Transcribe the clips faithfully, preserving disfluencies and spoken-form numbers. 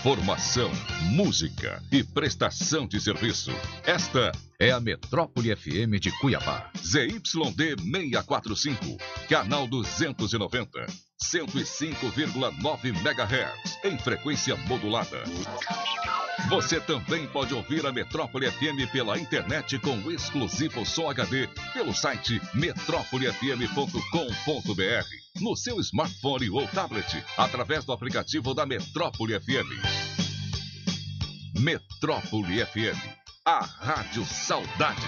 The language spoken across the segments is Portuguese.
informação, música e prestação de serviço. Esta é a Metrópole F M de Cuiabá. Z Y D seiscentos e quarenta e cinco, canal duzentos e noventa, cento e cinco vírgula nove megahertz, em frequência modulada. Você também pode ouvir a Metrópole F M pela internet com exclusivo som H D pelo site metrópole f m ponto com ponto b r, no seu smartphone ou tablet, através do aplicativo da Metrópole F M. Metrópole F M, a Rádio Saudade.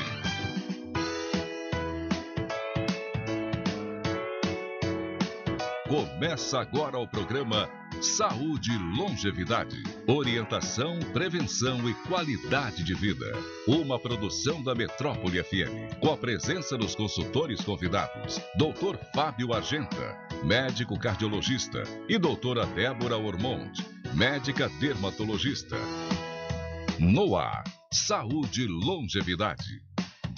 Começa agora o programa Saúde e Longevidade. Orientação, prevenção e qualidade de vida. Uma produção da Metrópole F M. Com a presença dos consultores convidados, doutor Fábio Argenta, médico cardiologista, e doutora Débora Ormond, médica dermatologista. No ar, Saúde e Longevidade.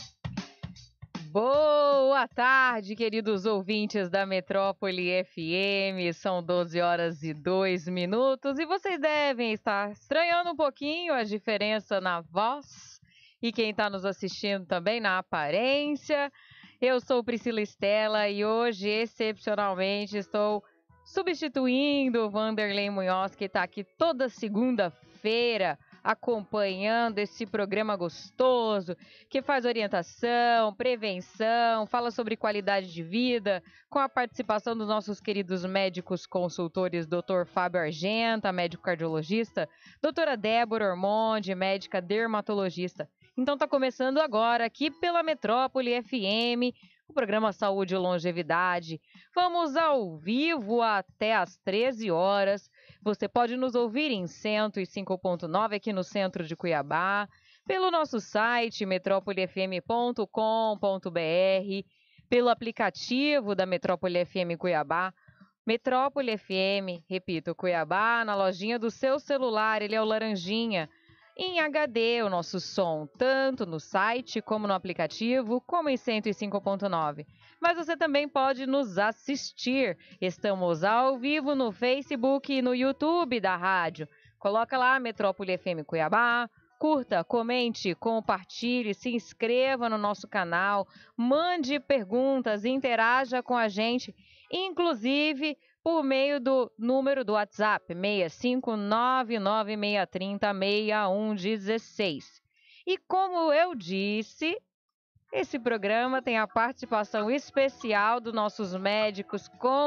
Boa tarde, queridos ouvintes da Metrópole F M. São doze horas e dois minutos e vocês devem estar estranhando um pouquinho a diferença na voz e quem está nos assistindo também na aparência. Eu sou Priscila Estela e hoje, excepcionalmente, estou substituindo o Vanderlei Munhoz, que está aqui toda segunda-feira acompanhando esse programa gostoso, que faz orientação, prevenção, fala sobre qualidade de vida, com a participação dos nossos queridos médicos consultores, doutor Fábio Argenta, médico cardiologista, doutora Débora Ormond, médica dermatologista. Então tá começando agora aqui pela Metrópole F M, o programa Saúde e Longevidade. Vamos ao vivo até às treze horas. Você pode nos ouvir em cento e cinco ponto nove aqui no centro de Cuiabá, pelo nosso site metrópole f m ponto com ponto b r, pelo aplicativo da Metrópole F M Cuiabá. Metrópole F M, repito, Cuiabá, na lojinha do seu celular, ele é o laranjinha. Em H D, o nosso som, tanto no site como no aplicativo, como em cento e cinco ponto nove. Mas você também pode nos assistir. Estamos ao vivo no Facebook e no YouTube da rádio. Coloca lá Metrópole F M Cuiabá, curta, comente, compartilhe, se inscreva no nosso canal, mande perguntas, interaja com a gente, inclusive por meio do número do WhatsApp, seis cinco nove nove seis três zero seis um um seis. E como eu disse, esse programa tem a participação especial dos nossos médicos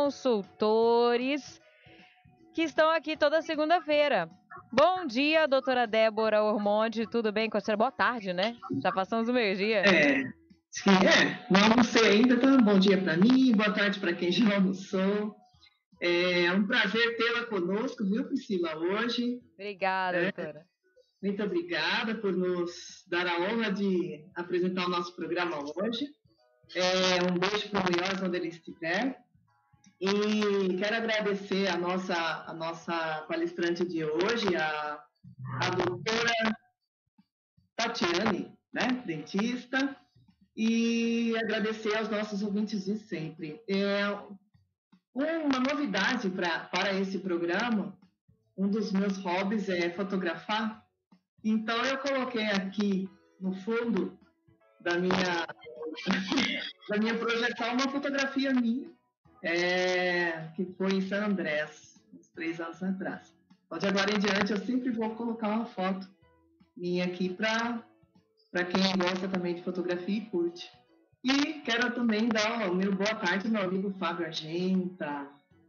consultores, que estão aqui toda segunda-feira. Bom dia, doutora Débora Ormond, tudo bem com a senhora? Boa tarde, né? Já passamos o meio-dia. É, sim, é. Não almocei ainda, então bom dia para mim, boa tarde para quem já almoçou. É um prazer tê-la conosco, viu, Priscila, hoje. Obrigada, é, doutora. Muito obrigada por nos dar a honra de apresentar o nosso programa hoje. É, um beijo para o Munhoz, onde ele estiver. E quero agradecer a nossa, a nossa palestrante de hoje, a, a doutora Tatiane, né, dentista, e agradecer aos nossos ouvintes de sempre. É, Uma novidade pra, para esse programa, um dos meus hobbies é fotografar. Então, eu coloquei aqui no fundo da minha, da minha projeção uma fotografia minha, é, que foi em San Andrés, uns três anos atrás. Então, de agora em diante, eu sempre vou colocar uma foto minha aqui para quem gosta também de fotografia e curte. E quero também dar o meu boa tarde ao meu amigo Fábio Argenta.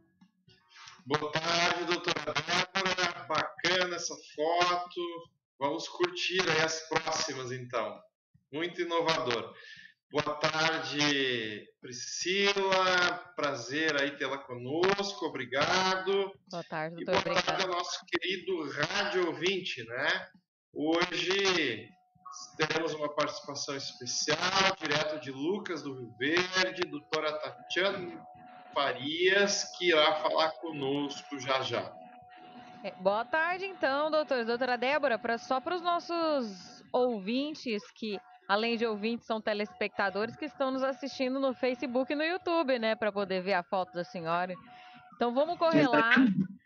Boa tarde, doutora Débora. Bacana essa foto. Vamos curtir aí as próximas, então. Muito inovador. Boa tarde, Priscila. Prazer aí tê-la conosco. Obrigado. Boa tarde, E doutora. boa tarde ao nosso querido rádio ouvinte, né? Hoje temos uma participação especial, direto de Lucas do Rio Verde, doutora Tatiane Farias, que irá falar conosco já já. É, boa tarde, então, doutor. Doutora Débora, pra, só para os nossos ouvintes, que além de ouvintes, são telespectadores que estão nos assistindo no Facebook e no YouTube, né, para poder ver a foto da senhora. Então vamos correr lá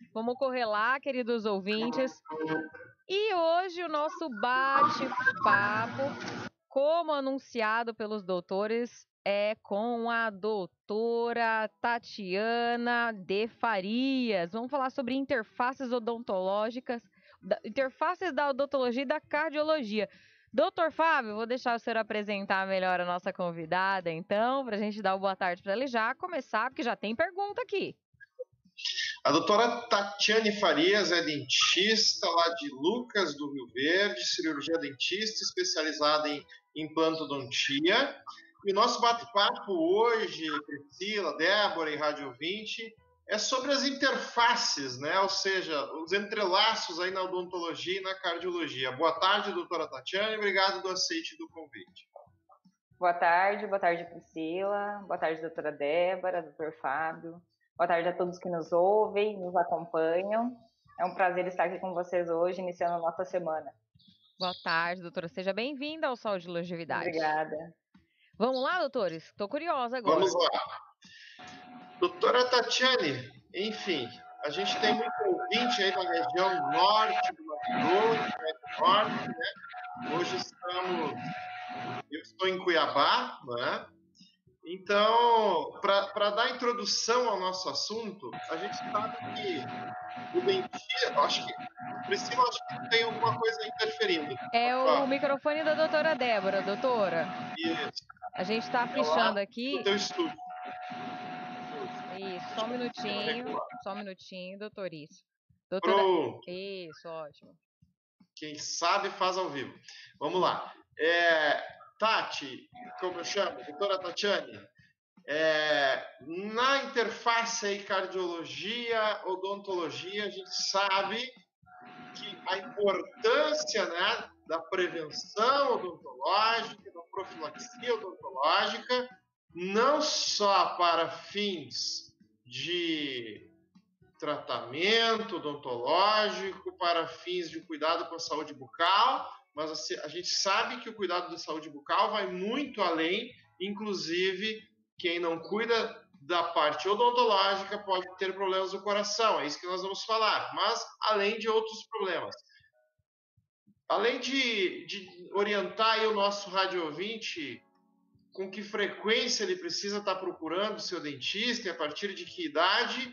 Vamos correr lá, queridos ouvintes. E hoje o nosso bate-papo, como anunciado pelos doutores, é com a doutora Tatiana de Farias. Vamos falar sobre interfaces odontológicas, da, interfaces da odontologia e da cardiologia. Doutor Fábio, vou deixar o senhor apresentar melhor a nossa convidada, então, para a gente dar uma boa tarde para ele já começar, porque já tem pergunta aqui. A doutora Tatiane Farias é dentista lá de Lucas do Rio Verde, cirurgia dentista, especializada em implantodontia. E o nosso bate-papo hoje, Priscila, Débora e Rádio ouvinte, é sobre as interfaces, né? Ou seja, os entrelaços aí na odontologia e na cardiologia. Boa tarde, doutora Tatiane, obrigado do aceite do convite. Boa tarde, boa tarde, Priscila, boa tarde, doutora Débora, doutor Fábio. Boa tarde a todos que nos ouvem, nos acompanham. É um prazer estar aqui com vocês hoje, iniciando a nossa semana. Boa tarde, doutora. Seja bem-vinda ao Sol de Longevidade. Obrigada. Vamos lá, doutores? Estou curiosa agora. Vamos lá. Doutora Tatiane, enfim, a gente tem muito ouvinte aí na região norte do Mato Grosso, norte, né? Hoje estamos... Eu estou em Cuiabá, né? Então, para dar introdução ao nosso assunto, a gente sabe que o dentista, acho que, Priscila, acho que tem alguma coisa interferindo. É o ah. microfone da doutora Débora, doutora. Isso. A gente está pichando aqui. No teu estúdio. Isso, só um minutinho, só um minutinho, doutor, isso. Doutora... Pronto. Isso, ótimo. Quem sabe faz ao vivo. Vamos lá. É... Tati, como eu chamo, doutora Tatiane, é, na interface aí cardiologia, odontologia, a gente sabe que a importância, né, da prevenção odontológica, da profilaxia odontológica, não só para fins de tratamento odontológico, para fins de cuidado com a saúde bucal, mas a gente sabe que o cuidado da saúde bucal vai muito além, inclusive quem não cuida da parte odontológica pode ter problemas do coração, é isso que nós vamos falar, mas além de outros problemas. Além de, de orientar aí o nosso rádio ouvinte com que frequência ele precisa estar procurando o seu dentista e a partir de que idade,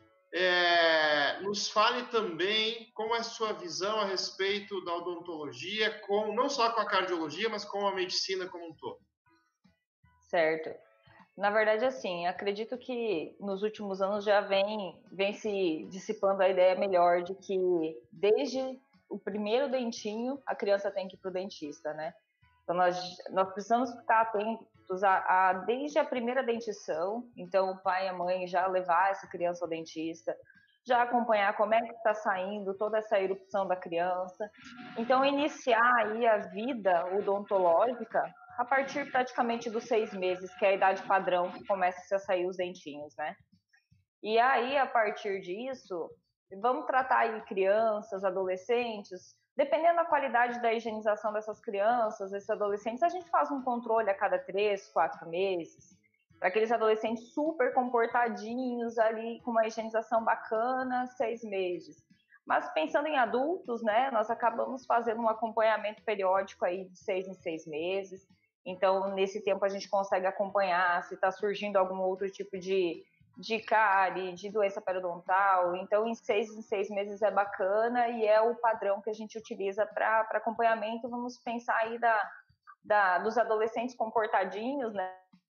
É, nos fale também como é a sua visão a respeito da odontologia, com, não só com a cardiologia, mas com a medicina como um todo. Certo. Na verdade, assim, acredito que nos últimos anos já vem, vem se dissipando a ideia melhor de que desde o primeiro dentinho a criança tem que ir para o dentista, né? Então nós, nós precisamos ficar atentos A, a, desde a primeira dentição, então o pai e a mãe já levar essa criança ao dentista, já acompanhar como é que está saindo toda essa erupção da criança, então iniciar aí a vida odontológica a partir praticamente dos seis meses, que é a idade padrão que começa a sair os dentinhos, né? E aí, a partir disso, vamos tratar aí crianças, adolescentes. Dependendo da qualidade da higienização dessas crianças, desses adolescentes, a gente faz um controle a cada três, quatro meses, para aqueles adolescentes super comportadinhos ali, com uma higienização bacana, seis meses. Mas pensando em adultos, né, nós acabamos fazendo um acompanhamento periódico aí de seis em seis meses. Então, nesse tempo a gente consegue acompanhar se está surgindo algum outro tipo de de cárie, de doença periodontal. Então, em seis em seis meses é bacana e é o padrão que a gente utiliza para acompanhamento. Vamos pensar aí da, da, dos adolescentes comportadinhos, né,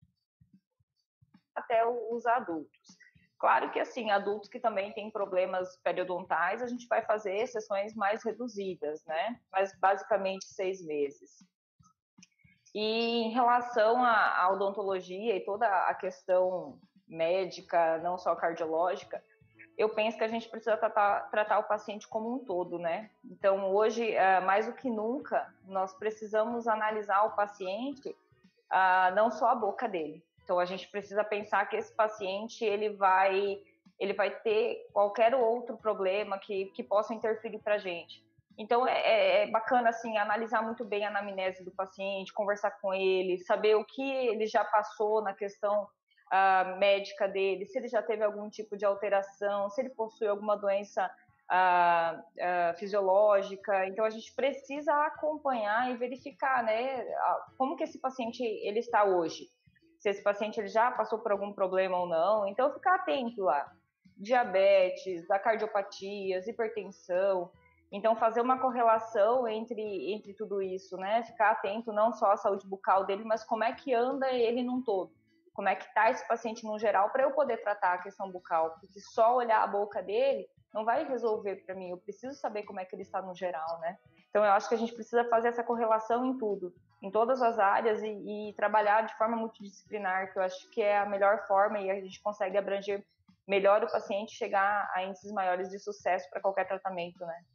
até os adultos. Claro que, assim, adultos que também têm problemas periodontais, a gente vai fazer sessões mais reduzidas, né, mas basicamente seis meses. E em relação à odontologia e toda a questão médica, não só cardiológica, eu penso que a gente precisa tratar, tratar o paciente como um todo, né? Então, hoje, mais do que nunca, nós precisamos analisar o paciente, não só a boca dele. Então, a gente precisa pensar que esse paciente, ele vai, ele vai ter qualquer outro problema que, que possa interferir para a gente. Então, é, é bacana, assim, analisar muito bem a anamnese do paciente, conversar com ele, saber o que ele já passou na questão uh, médica dele, se ele já teve algum tipo de alteração, se ele possui alguma doença uh, uh, fisiológica. Então, a gente precisa acompanhar e verificar, né, como que esse paciente ele está hoje. Se esse paciente ele já passou por algum problema ou não. Então, ficar atento lá. Diabetes, da cardiopatias, hipertensão. Então, fazer uma correlação entre, entre tudo isso, né? Ficar atento não só à saúde bucal dele, mas como é que anda ele num todo. Como é que está esse paciente no geral, para eu poder tratar a questão bucal. Porque só olhar a boca dele não vai resolver para mim. Eu preciso saber como é que ele está no geral, né? Então, eu acho que a gente precisa fazer essa correlação em tudo, em todas as áreas e, e trabalhar de forma multidisciplinar, que eu acho que é a melhor forma e a gente consegue abranger melhor o paciente, chegar a índices maiores de sucesso para qualquer tratamento, né?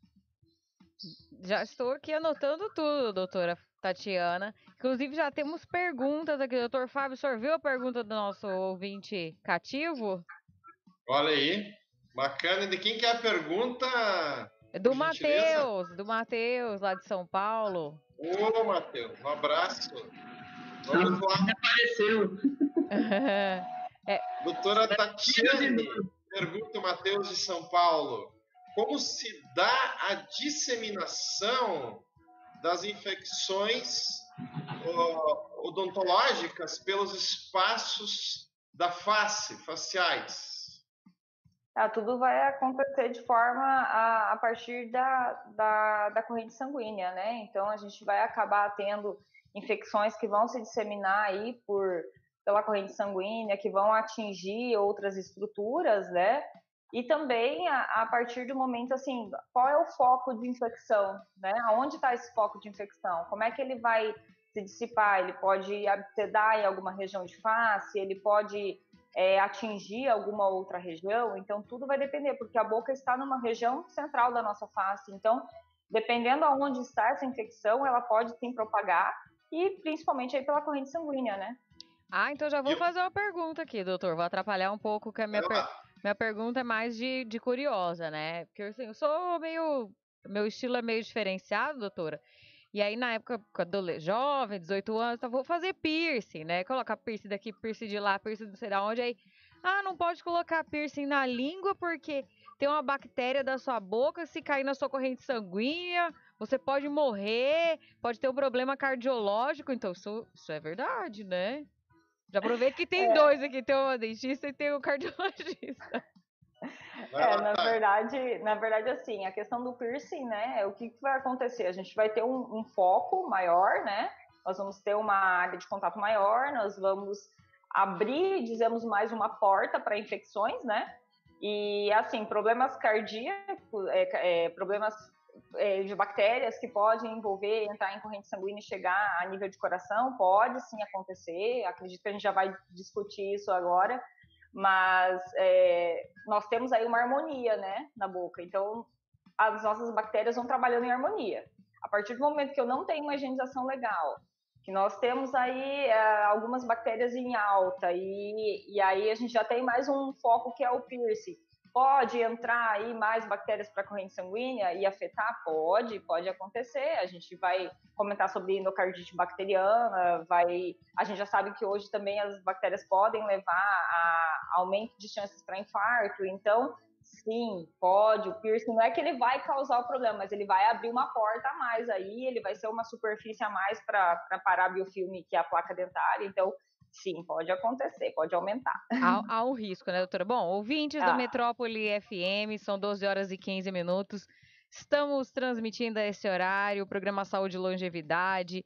Já estou aqui anotando tudo, doutora Tatiana. Inclusive, já temos perguntas aqui. Doutor Fábio, o senhor viu a pergunta do nosso ouvinte cativo? Olha aí. Bacana. De quem que é a pergunta? Do Matheus, do Matheus, lá de São Paulo. Ô, Matheus, um abraço. Vamos lá. Apareceu. É. Doutora Tatiane, pergunta o Matheus de São Paulo. Como se dá a disseminação das infecções uh, odontológicas pelos espaços da face, faciais? Ah, tudo vai acontecer de forma a, a partir da, da, da corrente sanguínea, né? Então, a gente vai acabar tendo infecções que vão se disseminar aí por, pela corrente sanguínea, que vão atingir outras estruturas, né? E também a, a partir do momento, assim, qual é o foco de infecção, né? Aonde está esse foco de infecção? Como é que ele vai se dissipar? Ele pode abscedar em alguma região de face, ele pode é, atingir alguma outra região, então tudo vai depender, porque a boca está numa região central da nossa face, então dependendo aonde está essa infecção, ela pode sim propagar, e principalmente aí pela corrente sanguínea, né? Ah, então já vou fazer uma pergunta aqui, doutor, vou atrapalhar um pouco, que a minha, per... minha pergunta é mais de, de curiosa, né? Porque assim, eu sou meio, meu estilo é meio diferenciado, doutora. E aí, na época, quando jovem, dezoito anos, então vou fazer piercing, né? Colocar piercing daqui, piercing de lá, piercing não sei de onde. Aí, ah, não pode colocar piercing na língua porque tem uma bactéria da sua boca, se cair na sua corrente sanguínea, você pode morrer, pode ter um problema cardiológico. Então, isso, isso é verdade, né? Já aproveito que tem é. dois aqui, tem o dentista e tem o cardiologista. É, na verdade, na verdade, assim, a questão do piercing, né, o que, que vai acontecer? A gente vai ter um, um foco maior, né, nós vamos ter uma área de contato maior, nós vamos abrir, dizemos, mais uma porta para infecções, né, e, assim, problemas cardíacos, é, é, problemas é, de bactérias que podem envolver, entrar em corrente sanguínea e chegar a nível de coração, pode sim acontecer, acredito que a gente já vai discutir isso agora, mas é, nós temos aí uma harmonia, né, na boca, então as nossas bactérias vão trabalhando em harmonia. A partir do momento que eu não tenho uma higienização legal, que nós temos aí é, algumas bactérias em alta, e, e aí a gente já tem mais um foco que é o piercing. Pode entrar aí mais bactérias para a corrente sanguínea e afetar? Pode, pode acontecer. A gente vai comentar sobre endocardite bacteriana, vai... a gente já sabe que hoje também as bactérias podem levar a aumento de chances para infarto. Então, sim, pode. O piercing não é que ele vai causar o problema, mas ele vai abrir uma porta a mais aí, ele vai ser uma superfície a mais para parar a biofilme, que é a placa dentária. Então, sim, pode acontecer, pode aumentar. Há, há um risco, né, doutora? Bom, ouvintes ah. da Metrópole F M, são doze horas e quinze minutos. Estamos transmitindo a esse horário o programa Saúde e Longevidade,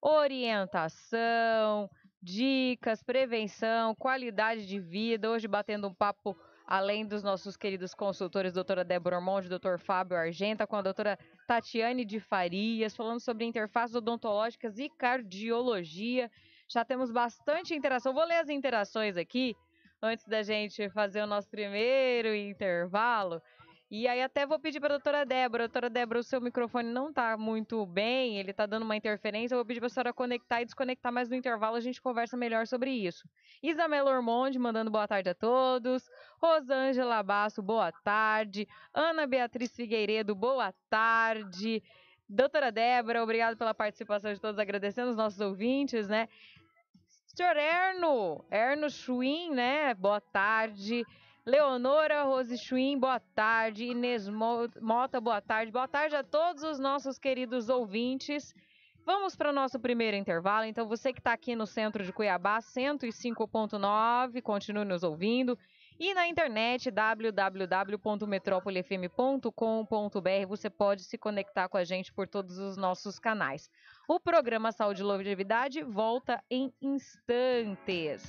orientação, dicas, prevenção, qualidade de vida. Hoje batendo um papo, além dos nossos queridos consultores, doutora Débora Ormonde, doutor Fábio Argenta, com a doutora Tatiane de Farias, falando sobre interfaces odontológicas e cardiologia. Já temos bastante interação. Vou ler as interações aqui, antes da gente fazer o nosso primeiro intervalo. E aí até vou pedir para a doutora Débora. Doutora Débora, o seu microfone não está muito bem, ele está dando uma interferência. Eu vou pedir para a senhora conectar e desconectar, mas no intervalo a gente conversa melhor sobre isso. Isamela Ormonde, mandando boa tarde a todos. Rosângela Basso, boa tarde. Ana Beatriz Figueiredo, boa tarde. Doutora Débora, obrigado pela participação de todos, agradecendo os nossos ouvintes, né? senhor Erno, Erno Schwin, né? Boa tarde. Leonora Rose Schwin, boa tarde. Inês Mota, boa tarde. Boa tarde a todos os nossos queridos ouvintes. Vamos para o nosso primeiro intervalo. Então, você que está aqui no centro de Cuiabá, cento e cinco ponto nove, continue nos ouvindo. E na internet, w w w ponto metrópole f m ponto com ponto b r, você pode se conectar com a gente por todos os nossos canais. O programa Saúde e Longevidade volta em instantes.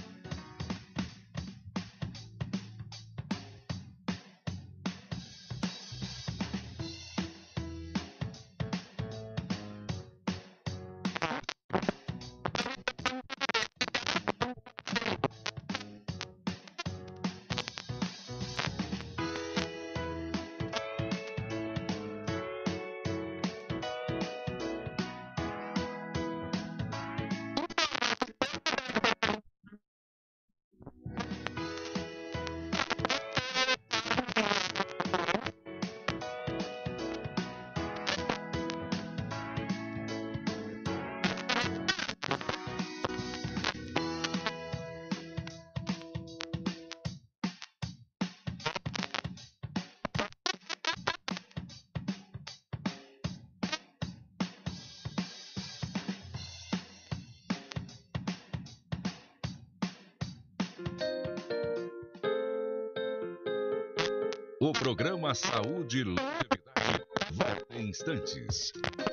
O programa Saúde e Longevidade volta em instantes.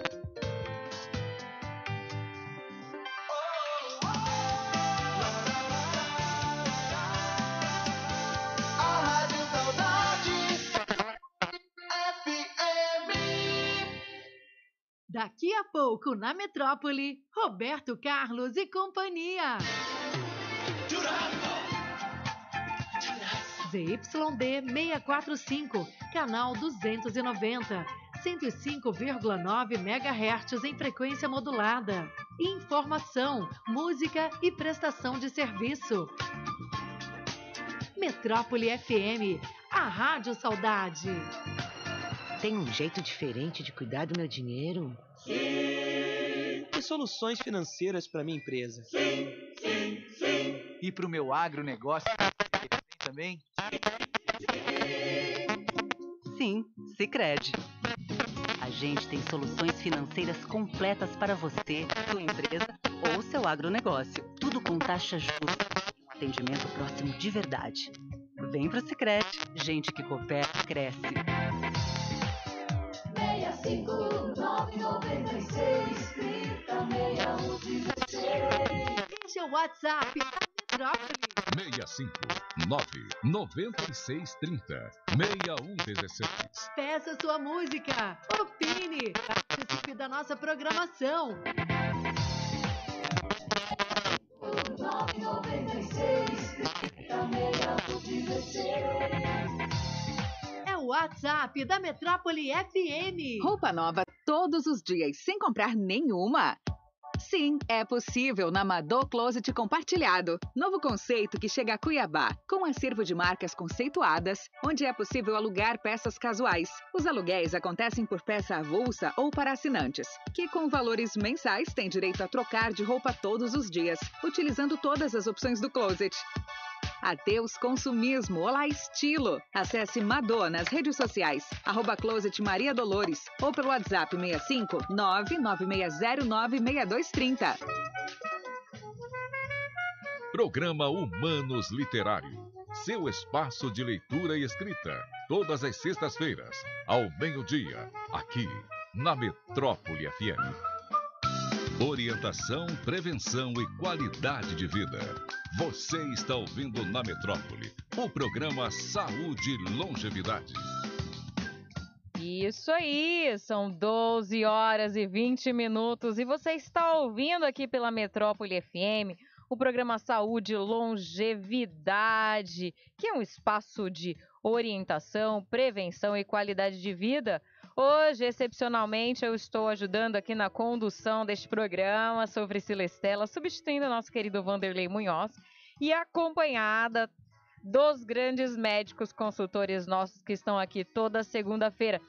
Daqui a pouco, na Metrópole, Roberto Carlos e companhia. Z Y D seiscentos e quarenta e cinco, canal duzentos e noventa, cento e cinco vírgula nove megahertz em frequência modulada. Informação, música e prestação de serviço. Metrópole F M, a Rádio Saudade. Tem um jeito diferente de cuidar do meu dinheiro? Sim! Tem soluções financeiras para minha empresa? Sim, sim, sim. E para o meu agronegócio também? Sim, Sicredi. A gente tem soluções financeiras completas para você, sua empresa ou seu agronegócio. Tudo com taxa justa, um atendimento próximo de verdade. Vem pro Sicredi, gente que coopera, cresce. seis cinco nove nove seis trinta seis um dezesseis. Esse é o WhatsApp da Metrópole. seis cinco nove nove seis três zero seis um dezesseis. Peça sua música, opine, participe da nossa programação. nove nove seis trinta seis um dezesseis. É o WhatsApp da Metrópole F M. Roupa nova todos os dias sem comprar nenhuma? Sim, é possível na Madô Closet Compartilhado. Novo conceito que chega a Cuiabá, com acervo de marcas conceituadas, onde é possível alugar peças casuais. Os aluguéis acontecem por peça avulsa ou para assinantes, que com valores mensais têm direito a trocar de roupa todos os dias, utilizando todas as opções do closet. Adeus consumismo, olá estilo. Acesse Madô nas redes sociais, arroba Closet Maria Dolores, ou pelo WhatsApp seis cinco nove nove seis zero nove seis dois três zero. Programa Humanos Literário. Seu espaço de leitura e escrita. Todas as sextas-feiras, ao meio-dia, aqui na Metrópole F M. Orientação, prevenção e qualidade de vida. Você está ouvindo na Metrópole o programa Saúde e Longevidade. Isso aí, são doze horas e vinte minutos e você está ouvindo aqui pela Metrópole F M o programa Saúde e Longevidade, que é um espaço de orientação, prevenção e qualidade de vida. Hoje, excepcionalmente, eu estou ajudando aqui na condução deste programa. Sou Priscila Estela, substituindo o nosso querido Vanderlei Munhoz e acompanhada dos grandes médicos consultores nossos que estão aqui toda segunda-feira.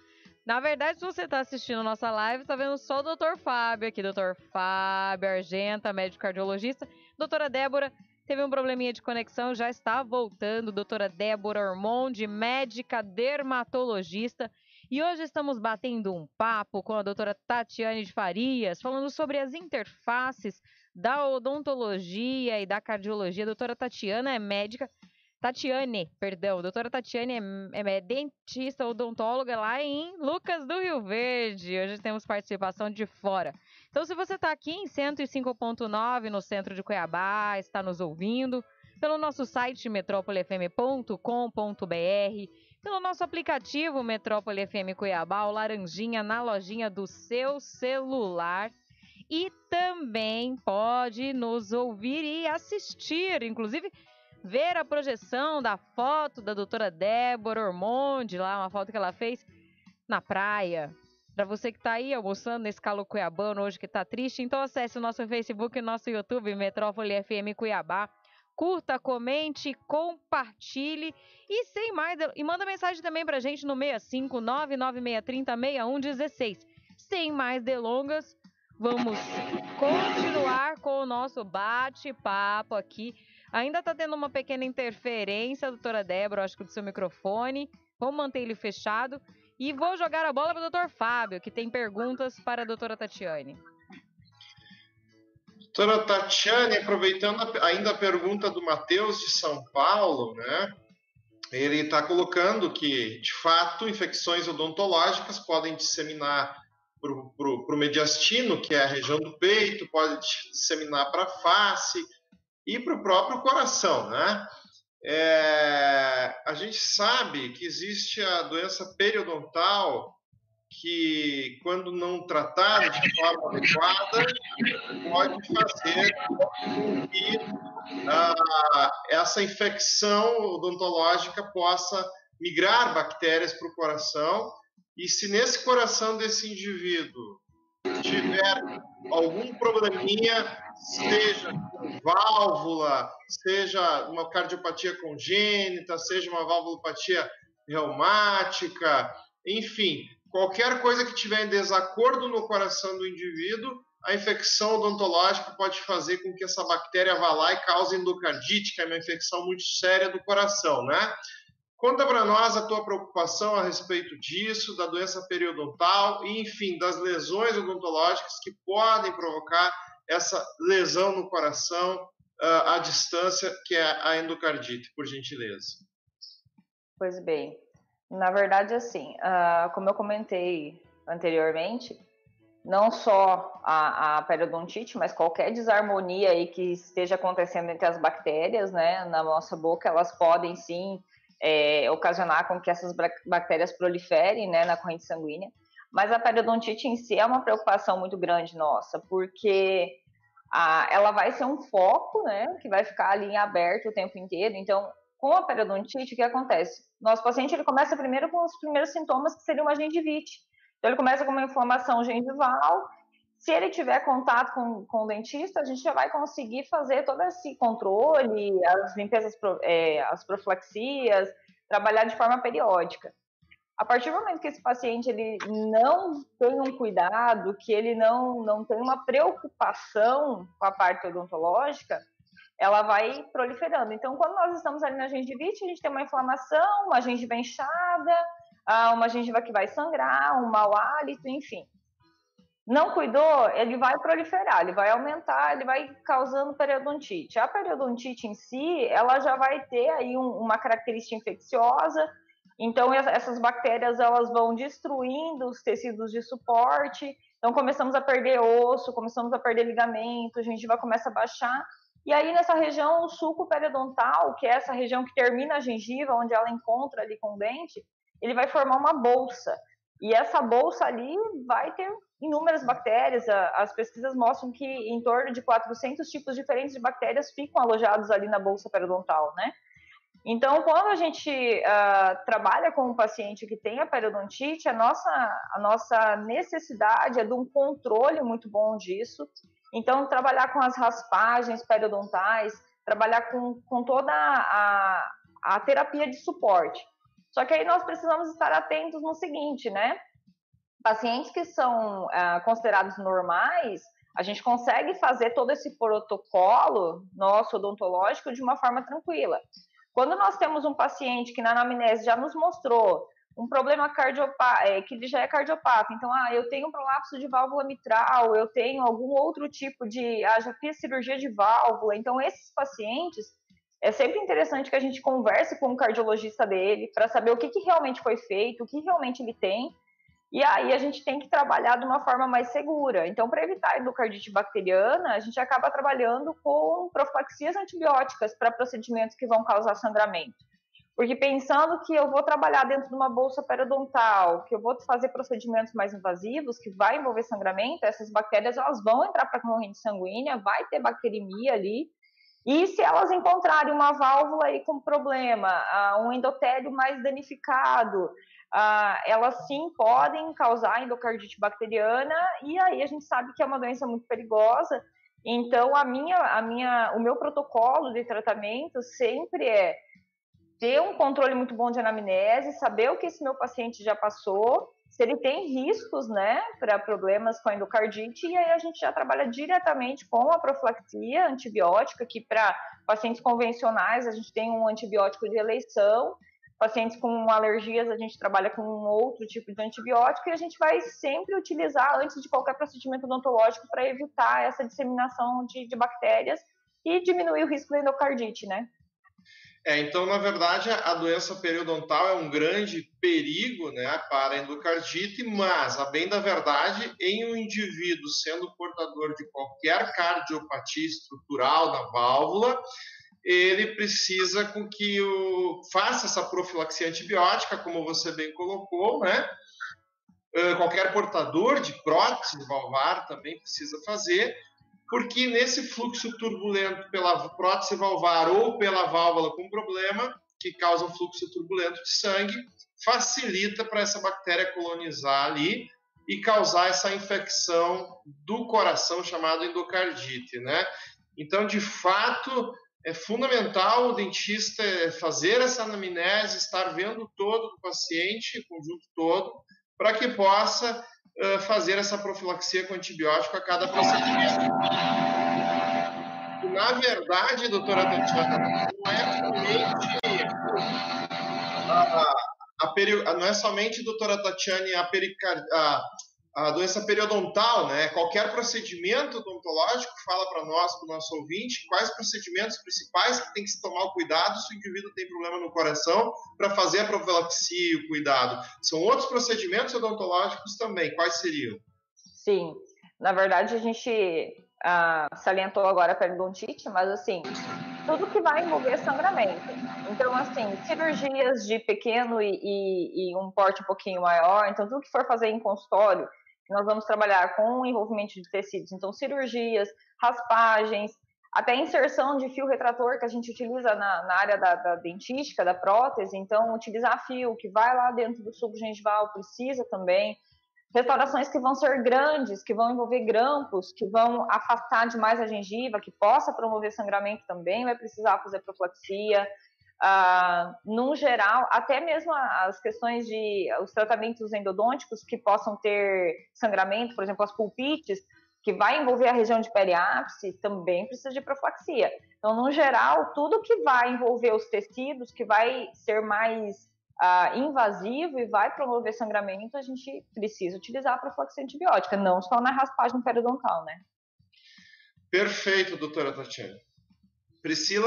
Na verdade, se você está assistindo nossa live, está vendo só o doutor Fábio aqui, doutor Fábio Argenta, médico cardiologista. Doutora Débora teve um probleminha de conexão, já está voltando. Doutora Débora Ormonde, médica dermatologista. E hoje estamos batendo um papo com a doutora Tatiane de Farias, falando sobre as interfaces da odontologia e da cardiologia. A doutora Tatiana é médica... Tatiane, perdão, doutora Tatiane é, é dentista odontóloga lá em Lucas do Rio Verde. Hoje temos participação de fora. Então, se você está aqui em cento e cinco ponto nove no centro de Cuiabá, está nos ouvindo, pelo nosso site metrópole f m ponto com ponto b r, pelo nosso aplicativo Metrópole F M Cuiabá, o laranjinha na lojinha do seu celular. E também pode nos ouvir e assistir, inclusive... ver a projeção da foto da doutora Débora Ormonde, lá uma foto que ela fez na praia. Para você que está aí almoçando nesse calor cuiabano hoje que está triste, então acesse o nosso Facebook e o nosso YouTube, Metrópole F M Cuiabá. Curta, comente, compartilhe e sem mais... E manda mensagem também para a gente no seis cinco nove nove seis três zero seis um um seis. Sem mais delongas, vamos continuar com o nosso bate-papo aqui. Ainda está tendo uma pequena interferência, doutora Débora, acho que do seu microfone. Vamos manter ele fechado. E vou jogar a bola para o doutor Fábio, que tem perguntas para a doutora Tatiane. Doutora Tatiane, aproveitando ainda a pergunta do Matheus de São Paulo, né? Ele está colocando que, de fato, infecções odontológicas podem disseminar para o mediastino, que é a região do peito, pode disseminar para a face... e para o próprio coração, né? É, a gente sabe que existe a doença periodontal que, quando não tratada de forma adequada, pode fazer com que ah, essa infecção odontológica possa migrar bactérias para o coração, e se nesse coração desse indivíduo tiver algum probleminha, seja válvula, seja uma cardiopatia congênita, seja uma valvulopatia reumática, enfim, qualquer coisa que tiver em desacordo no coração do indivíduo, a infecção odontológica pode fazer com que essa bactéria vá lá e cause endocardite, que é uma infecção muito séria do coração, né? Conta para nós a tua preocupação a respeito disso, da doença periodontal e, enfim, das lesões odontológicas que podem provocar essa lesão no coração uh, à distância, que é a endocardite, por gentileza. Pois bem, na verdade, assim, uh, como eu comentei anteriormente, não só a, a periodontite, mas qualquer desarmonia aí que esteja acontecendo entre as bactérias, né, na nossa boca, elas podem sim É, ocasionar com que essas bactérias proliferem, né, na corrente sanguínea. Mas a periodontite em si é uma preocupação muito grande nossa, porque a, ela vai ser um foco, né, que vai ficar ali em aberto o tempo inteiro. Então, com a periodontite, o que acontece? Nosso paciente ele começa primeiro com os primeiros sintomas, que seria uma gengivite. Então, ele começa com uma inflamação gengival. Se ele tiver contato com, com o dentista, a gente já vai conseguir fazer todo esse controle, as limpezas, é, as profilaxias, trabalhar de forma periódica. A partir do momento que esse paciente ele não tem um cuidado, que ele não, não tem uma preocupação com a parte odontológica, ela vai proliferando. Então, quando nós estamos ali na gengivite, a gente tem uma inflamação, uma gengiva inchada, uma gengiva que vai sangrar, um mau hálito, enfim. Não cuidou, ele vai proliferar, ele vai aumentar, ele vai causando periodontite. A periodontite em si, ela já vai ter aí um, uma característica infecciosa, então essas bactérias elas vão destruindo os tecidos de suporte, então começamos a perder osso, começamos a perder ligamento, a gengiva começa a baixar, e aí nessa região, o sulco periodontal, que é essa região que termina a gengiva, onde ela encontra ali com o dente, ele vai formar uma bolsa. E essa bolsa ali vai ter inúmeras bactérias. As pesquisas mostram que em torno de quatrocentos tipos diferentes de bactérias ficam alojados ali na bolsa periodontal, né? Então, quando a gente uh, trabalha com um paciente que tem a periodontite, a nossa, a nossa necessidade é de um controle muito bom disso. Então, trabalhar com as raspagens periodontais, trabalhar com, com toda a, a terapia de suporte. Só que aí nós precisamos estar atentos no seguinte, né? Pacientes que são ah, considerados normais, a gente consegue fazer todo esse protocolo nosso odontológico de uma forma tranquila. Quando nós temos um paciente que na anamnese já nos mostrou um problema cardiopata, é, que ele já é cardiopata, então, ah, eu tenho um prolapso de válvula mitral, eu tenho algum outro tipo de, ah, já fiz cirurgia de válvula, então esses pacientes, é sempre interessante que a gente converse com o cardiologista dele para saber o que, que realmente foi feito, o que realmente ele tem, e aí a gente tem que trabalhar de uma forma mais segura. Então, para evitar a endocardite bacteriana, a gente acaba trabalhando com profilaxias antibióticas para procedimentos que vão causar sangramento. Porque pensando que eu vou trabalhar dentro de uma bolsa periodontal, que eu vou fazer procedimentos mais invasivos, que vai envolver sangramento, essas bactérias elas vão entrar para a corrente sanguínea, vai ter bacteremia ali, e se elas encontrarem uma válvula aí com problema, um endotélio mais danificado, elas sim podem causar endocardite bacteriana, e aí a gente sabe que é uma doença muito perigosa. Então, a minha, a minha, o meu protocolo de tratamento sempre é ter um controle muito bom de anamnese, saber o que esse meu paciente já passou, se ele tem riscos, né, para problemas com a endocardite, e aí a gente já trabalha diretamente com a profilaxia antibiótica, que para pacientes convencionais a gente tem um antibiótico de eleição, pacientes com alergias a gente trabalha com um outro tipo de antibiótico, e a gente vai sempre utilizar antes de qualquer procedimento odontológico para evitar essa disseminação de, de bactérias e diminuir o risco da endocardite, né? É, então, na verdade, a doença periodontal é um grande perigo, né, para a endocardite, mas, a bem da verdade, em um indivíduo sendo portador de qualquer cardiopatia estrutural na válvula, ele precisa com que o, faça essa profilaxia antibiótica, como você bem colocou, né? Uh, qualquer portador de prótese valvar também precisa fazer, porque nesse fluxo turbulento pela prótese valvar ou pela válvula com problema, que causa um fluxo turbulento de sangue, facilita para essa bactéria colonizar ali e causar essa infecção do coração chamada endocardite, né? Então, de fato, é fundamental o dentista fazer essa anamnese, estar vendo todo o paciente, o conjunto todo, para que possa uh, fazer essa profilaxia com antibiótico a cada procedimento. Na verdade, doutora Tatiana, não é somente a, a peri, não é somente, doutora Tatiana, a, pericar, a, a doença periodontal, né? Qualquer procedimento odontológico, fala para nós, para o nosso ouvinte, quais procedimentos principais que tem que se tomar o cuidado se o indivíduo tem problema no coração para fazer a profilaxia e o cuidado. São outros procedimentos odontológicos também. Quais seriam? Sim, na verdade a gente ah, salientou agora a periodontite, mas assim, tudo que vai envolver sangramento. Então, assim, cirurgias de pequeno e, e, e um porte um pouquinho maior, então tudo que for fazer em consultório, nós vamos trabalhar com o envolvimento de tecidos, então cirurgias, raspagens, até inserção de fio retrator que a gente utiliza na, na área da, da dentística, da prótese, então utilizar fio que vai lá dentro do subgengival, precisa também. Restaurações que vão ser grandes, que vão envolver grampos, que vão afastar demais a gengiva, que possa promover sangramento também, vai precisar fazer profilaxia. Ah, num geral, até mesmo as questões de os tratamentos endodônticos que possam ter sangramento, por exemplo, as pulpites, que vai envolver a região de periápice, também precisa de profilaxia. Então, no geral, tudo que vai envolver os tecidos, que vai ser mais Uh, invasivo e vai promover sangramento, a gente precisa utilizar a profilaxia antibiótica, não só na raspagem periodontal, né? Perfeito, doutora Tatiana. Priscila?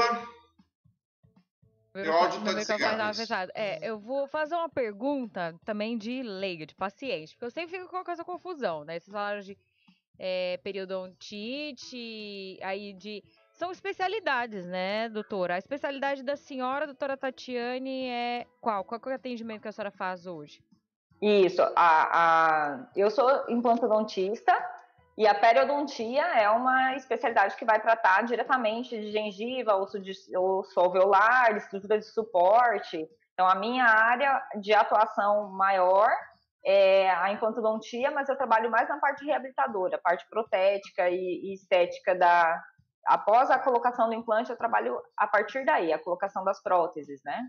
Meu áudio está desligado. É, eu vou fazer uma pergunta também de leiga, de paciente, porque eu sempre fico com essa confusão, né? Vocês falaram de é, periodontite, aí de... São especialidades, né, doutora? A especialidade da senhora, doutora Tatiane, é qual? Qual é o atendimento que a senhora faz hoje? Isso, a, a, eu sou implantodontista e a periodontia é uma especialidade que vai tratar diretamente de gengiva, osso, de, osso alveolar, estrutura de suporte. Então, a minha área de atuação maior é a implantodontia, mas eu trabalho mais na parte reabilitadora, parte protética e, e estética da... Após a colocação do implante, eu trabalho a partir daí, a colocação das próteses, né?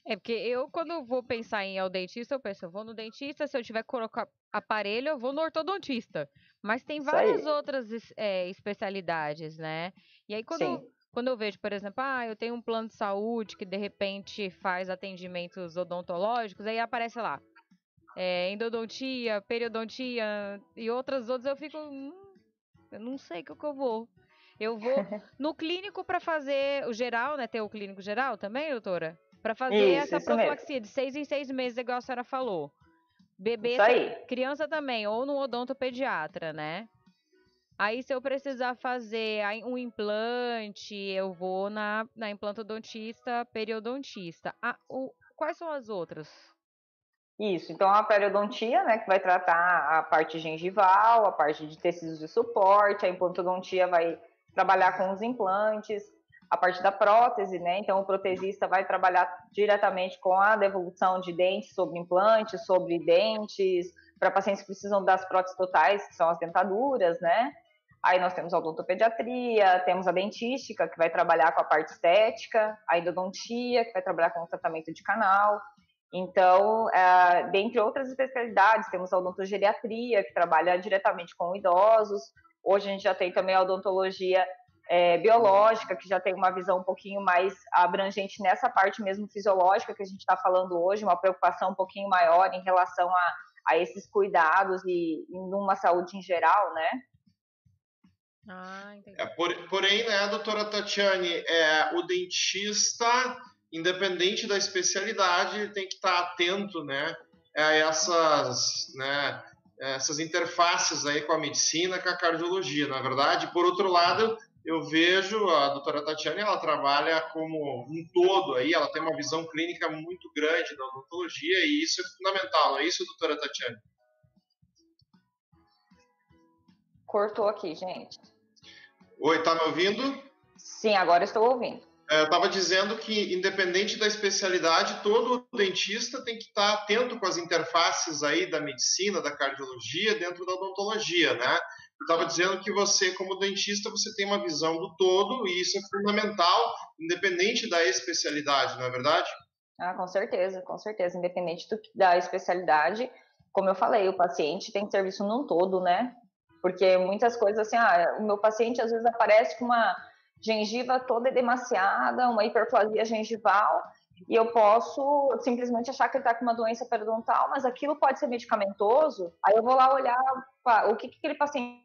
É porque eu, quando vou pensar em ir ao dentista, eu penso, eu vou no dentista, se eu tiver que colocar aparelho, eu vou no ortodontista. Mas tem Isso várias aí. outras es- é, especialidades, né? E aí, quando, Sim. quando eu vejo, por exemplo, ah, eu tenho um plano de saúde que de repente faz atendimentos odontológicos, aí aparece lá, é, endodontia, periodontia e outras outras, eu fico, hum, eu não sei o que que eu vou. Eu vou no clínico para fazer o geral, né? Tem o clínico geral também, doutora? Para fazer Isso, essa isso mesmo. profilaxia de seis em seis meses, igual a senhora falou. Bebê, Isso aí. ta- criança também, ou no odontopediatra, né? Aí, se eu precisar fazer aí um implante, eu vou na, na implantodontista, periodontista. Ah, o, quais são as outras? Isso, então a periodontia, né, que vai tratar a parte gengival, a parte de tecidos de suporte, a implantodontia vai trabalhar com os implantes, a parte da prótese, né, então o protesista vai trabalhar diretamente com a devolução de dentes sobre implantes, sobre dentes, para pacientes que precisam das próteses totais, que são as dentaduras, né. Aí nós temos a odontopediatria, temos a dentística, que vai trabalhar com a parte estética, a endodontia, que vai trabalhar com o tratamento de canal. Então, é, dentre outras especialidades, temos a odontogeriatria, que trabalha diretamente com idosos. Hoje a gente já tem também a odontologia é, biológica, que já tem uma visão um pouquinho mais abrangente nessa parte mesmo fisiológica que a gente está falando hoje, uma preocupação um pouquinho maior em relação a, a esses cuidados e, e numa saúde em geral, né? Ah, entendi. É, por, porém, né, doutora Tatiane, é, o dentista, independente da especialidade, tem que estar atento, né, a essas, né, essas interfaces aí com a medicina, com a cardiologia, na verdade. Por outro lado, eu vejo a doutora Tatiane, ela trabalha como um todo aí, ela tem uma visão clínica muito grande da odontologia e isso é fundamental, não é isso, doutora Tatiane? Cortou aqui, gente. Oi, tá me ouvindo? Sim, agora estou ouvindo. Eu estava dizendo que, independente da especialidade, todo dentista tem que estar atento com as interfaces aí da medicina, da cardiologia, dentro da odontologia, né? Eu estava dizendo que você, como dentista, você tem uma visão do todo e isso é fundamental, independente da especialidade, não é verdade? Ah, com certeza, com certeza. Independente do, da especialidade, como eu falei, o paciente tem que ser visto num todo, né? Porque muitas coisas assim, ah, o meu paciente às vezes aparece com uma gengiva toda edemaciada, uma hiperplasia gengival, e eu posso simplesmente achar que ele está com uma doença periodontal, mas aquilo pode ser medicamentoso, aí eu vou lá olhar pá, o que, que aquele paciente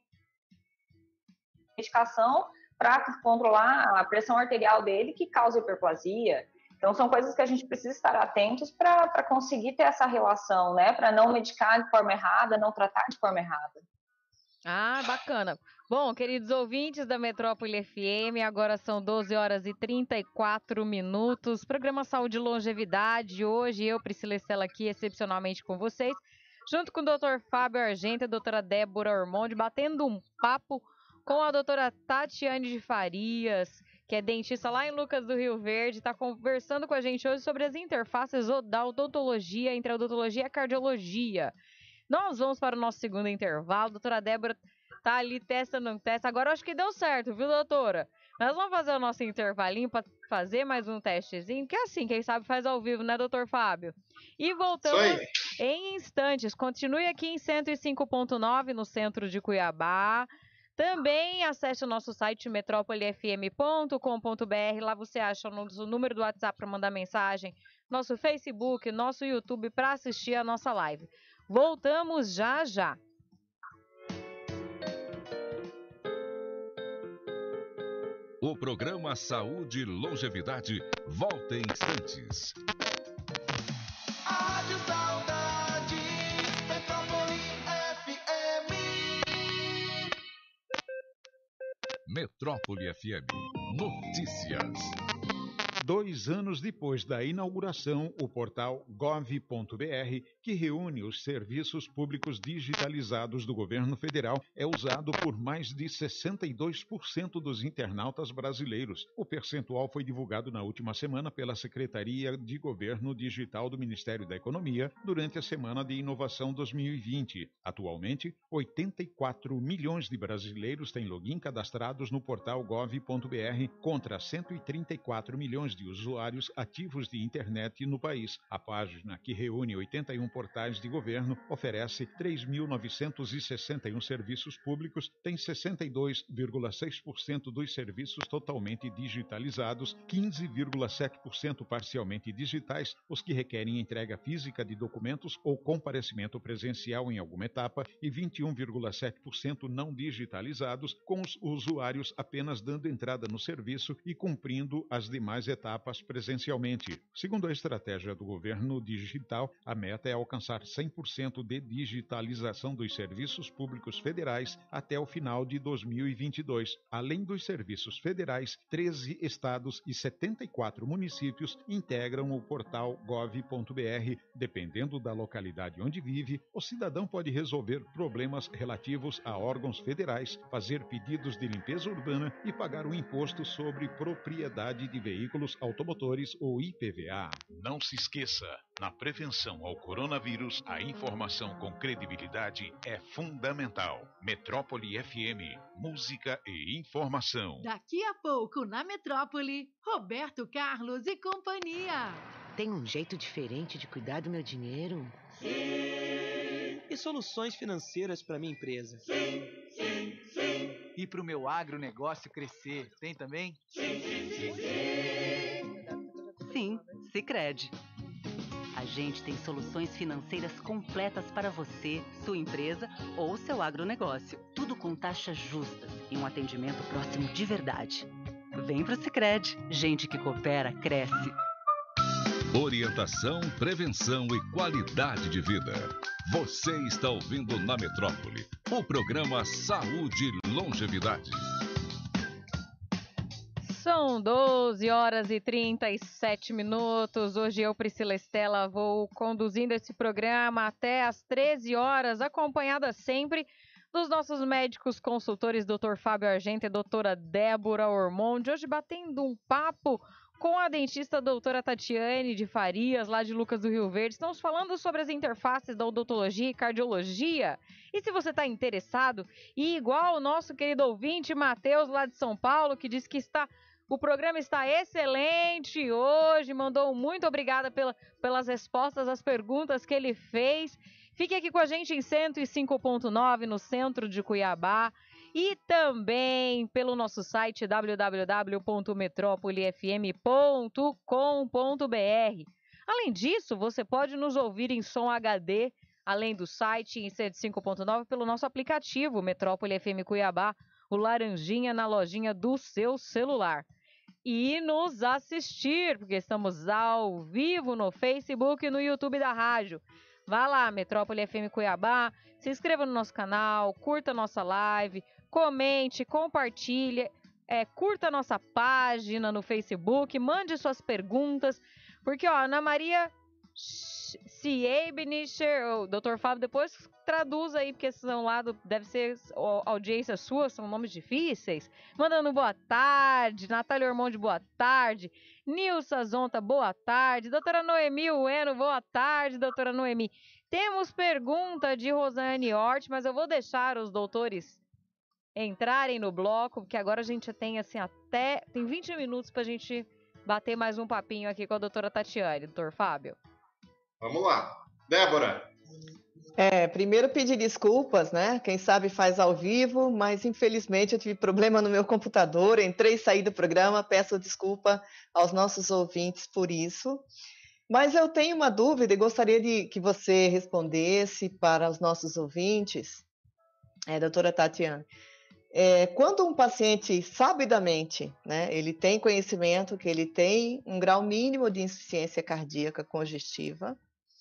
medicação para controlar a pressão arterial dele que causa hiperplasia. Então, são coisas que a gente precisa estar atentos para conseguir ter essa relação, né? Para não medicar de forma errada, não tratar de forma errada. Ah, bacana. Bom, queridos ouvintes da Metrópole F M, agora são doze horas e trinta e quatro minutos. Programa Saúde e Longevidade. Hoje eu, Priscila Estela, aqui excepcionalmente com vocês, junto com o doutor Fábio Argento e a doutora Débora Ormonde, batendo um papo com a doutora Tatiane de Farias, que é dentista lá em Lucas do Rio Verde, está conversando com a gente hoje sobre as interfaces da odontologia entre a odontologia e a cardiologia. Nós vamos para o nosso segundo intervalo. A doutora Débora tá ali, testa, não testa. Agora eu acho que deu certo, viu, doutora? Nós vamos fazer o nosso intervalinho para fazer mais um testezinho, que é assim, quem sabe faz ao vivo, né, doutor Fábio? E voltamos em instantes. Continue aqui em cento e cinco ponto nove, no centro de Cuiabá. Também acesse o nosso site metrópole f m ponto com ponto b r. Lá você acha o nosso número do WhatsApp para mandar mensagem, nosso Facebook, nosso YouTube para assistir a nossa live. Voltamos já já. O programa Saúde e Longevidade volta em instantes. Rádio Saudade, Metrópole F M. Metrópole F M. Notícias. Dois anos depois da inauguração, o portal gov ponto b r, que reúne os serviços públicos digitalizados do governo federal, é usado por mais de sessenta e dois por cento dos internautas brasileiros. O percentual foi divulgado na última semana pela Secretaria de Governo Digital do Ministério da Economia durante a Semana de Inovação dois mil e vinte. Atualmente, oitenta e quatro milhões de brasileiros têm login cadastrados no portal gov ponto b r, contra cento e trinta e quatro milhões de de usuários ativos de internet no país. A página, que reúne oitenta e um portais de governo, oferece três mil novecentos e sessenta e um serviços públicos, tem sessenta e dois vírgula seis por cento dos serviços totalmente digitalizados, quinze vírgula sete por cento parcialmente digitais, os que requerem entrega física de documentos ou comparecimento presencial em alguma etapa, e vinte e um vírgula sete por cento não digitalizados, com os usuários apenas dando entrada no serviço e cumprindo as demais etapas presencialmente. Segundo a estratégia do governo digital, a meta é alcançar cem por cento de digitalização dos serviços públicos federais até o final de dois mil e vinte e dois. Além dos serviços federais, treze estados e setenta e quatro municípios integram o portal gov ponto br. Dependendo da localidade onde vive, o cidadão pode resolver problemas relativos a órgãos federais, fazer pedidos de limpeza urbana e pagar o imposto sobre propriedade de veículos automotores, ou I P V A. Não se esqueça, na prevenção ao coronavírus, a informação com credibilidade é fundamental. Metrópole F M, música e informação. Daqui a pouco, na Metrópole, Roberto Carlos e companhia. Tem um jeito diferente de cuidar do meu dinheiro? Sim. E soluções financeiras para minha empresa? Sim, sim, sim. E para o meu agronegócio crescer, tem também? Sim, sim, sim, sim. Sim, Sicredi. A gente tem soluções financeiras completas para você, sua empresa ou seu agronegócio. Tudo com taxas justas e um atendimento próximo de verdade. Vem pro Sicredi. Gente que coopera, cresce. Orientação, prevenção e qualidade de vida. Você está ouvindo na Metrópole o programa Saúde e Longevidade. São doze horas e trinta e sete minutos. Hoje eu, Priscila Estela, vou conduzindo esse programa até às treze horas, acompanhada sempre dos nossos médicos consultores, doutor Fábio Argento e doutora Débora Ormonde. Hoje batendo um papo com a dentista doutora Tatiane de Farias, lá de Lucas do Rio Verde. Estamos falando sobre as interfaces da odontologia e cardiologia. E se você está interessado, e igual o nosso querido ouvinte Matheus, lá de São Paulo, que disse que está, o programa está excelente hoje, mandou um muito obrigada pela, pelas respostas às perguntas que ele fez. Fique aqui com a gente em cento e cinco ponto nove, no centro de Cuiabá. E também pelo nosso site w w w ponto metrópole f m ponto com ponto b r. Além disso, você pode nos ouvir em som H D, além do site em cento e cinco ponto nove, pelo nosso aplicativo Metrópole F M Cuiabá, o laranjinha na lojinha do seu celular. E nos assistir, porque estamos ao vivo no Facebook e no YouTube da rádio. Vá lá, Metrópole F M Cuiabá, se inscreva no nosso canal, curta a nossa live, comente, compartilhe, é, curta a nossa página no Facebook, mande suas perguntas, porque, ó, Ana Maria Siebnischer, o doutor Fábio depois traduz aí, porque são lá, do, deve ser audiência sua, são nomes difíceis, mandando boa tarde, Natália Ormonde, boa tarde, Nilson Zonta, boa tarde, doutora Noemi Ueno, boa tarde, doutora Noemi. Temos pergunta de Rosane Hort, mas eu vou deixar os doutores entrarem no bloco, porque agora a gente tem assim até, tem vinte minutos pra gente bater mais um papinho aqui com a doutora Tatiane, doutor Fábio. Vamos lá. Débora. É, primeiro pedir desculpas, né? Quem sabe faz ao vivo, mas infelizmente eu tive problema no meu computador, entrei e saí do programa, peço desculpa aos nossos ouvintes por isso. Mas eu tenho uma dúvida e gostaria de que você respondesse para os nossos ouvintes, é, doutora Tatiane. É, quando um paciente, sabidamente, né, ele tem conhecimento que ele tem um grau mínimo de insuficiência cardíaca congestiva,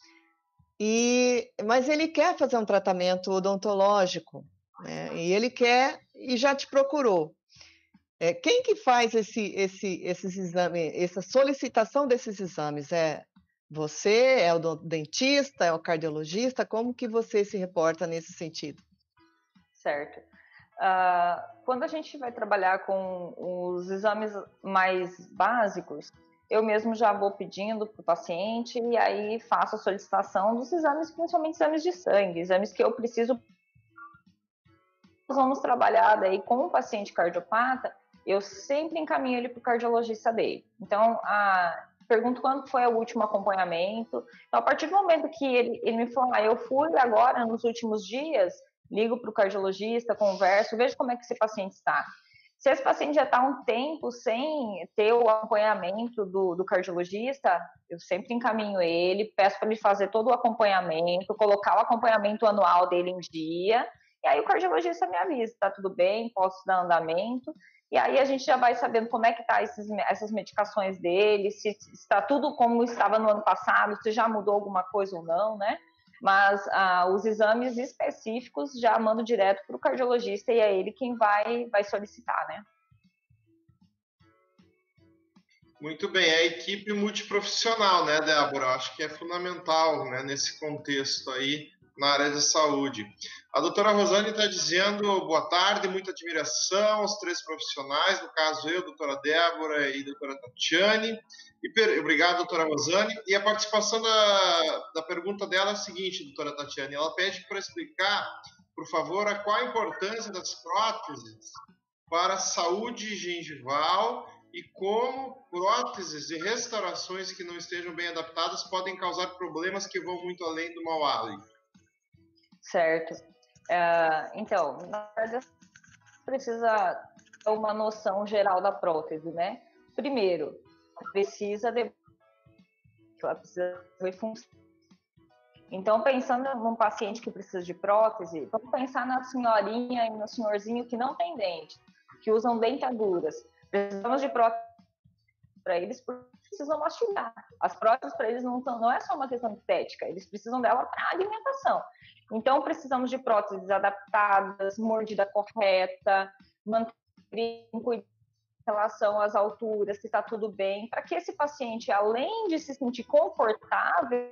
e, mas ele quer fazer um tratamento odontológico, né, e ele quer e já te procurou. É, quem que faz esse, esse, esses exames, essa solicitação desses exames? É você, é o dentista, é o cardiologista? Como que você se reporta nesse sentido? Certo. Uh, quando a gente vai trabalhar com os exames mais básicos, eu mesmo já vou pedindo para o paciente e aí faço a solicitação dos exames, principalmente exames de sangue, exames que eu preciso. Nós vamos trabalhar daí com o paciente cardiopata eu sempre encaminho ele para o cardiologista dele. Então, a, pergunto quando foi o último acompanhamento. Então, a partir do momento que ele, ele me falou, ah, eu fui agora nos últimos dias, ligo para o cardiologista, converso, vejo como é que esse paciente está. Se esse paciente já está um tempo sem ter o acompanhamento do, do cardiologista, eu sempre encaminho ele, peço para ele fazer todo o acompanhamento, colocar o acompanhamento anual dele em dia, e aí o cardiologista me avisa, está tudo bem, posso dar andamento, e aí a gente já vai sabendo como é que tá esses, essas medicações dele, se está tudo como estava no ano passado, se já mudou alguma coisa ou não, né? Mas ah, os exames específicos já mando direto para o cardiologista e é ele quem vai, vai solicitar, né? Muito bem, a equipe multiprofissional, né, Débora? Acho que é fundamental, né, nesse contexto aí, na área da saúde. A doutora Rosane está dizendo boa tarde, muita admiração aos três profissionais, no caso eu, doutora Débora e doutora Tatiane. E per... Obrigado, doutora Rosane. E a participação da, da pergunta dela é a seguinte, doutora Tatiane, ela pede para explicar, por favor, a qual a importância das próteses para a saúde gengival e como próteses e restaurações que não estejam bem adaptadas podem causar problemas que vão muito além do mau hálito. Certo. Uh, então, na verdade, precisa ter uma noção geral da prótese, né? Primeiro, precisa de... ela precisa de função. Então, pensando num paciente que precisa de prótese, vamos pensar na senhorinha e no senhorzinho que não tem dente, que usam dentaduras. Precisamos de prótese para eles porque precisam mastigar. As próteses para eles não, são, não é só uma questão estética, eles precisam dela para alimentação. Então, precisamos de próteses adaptadas, mordida correta, manter um cuidado em relação às alturas, se está tudo bem, para que esse paciente, além de se sentir confortável...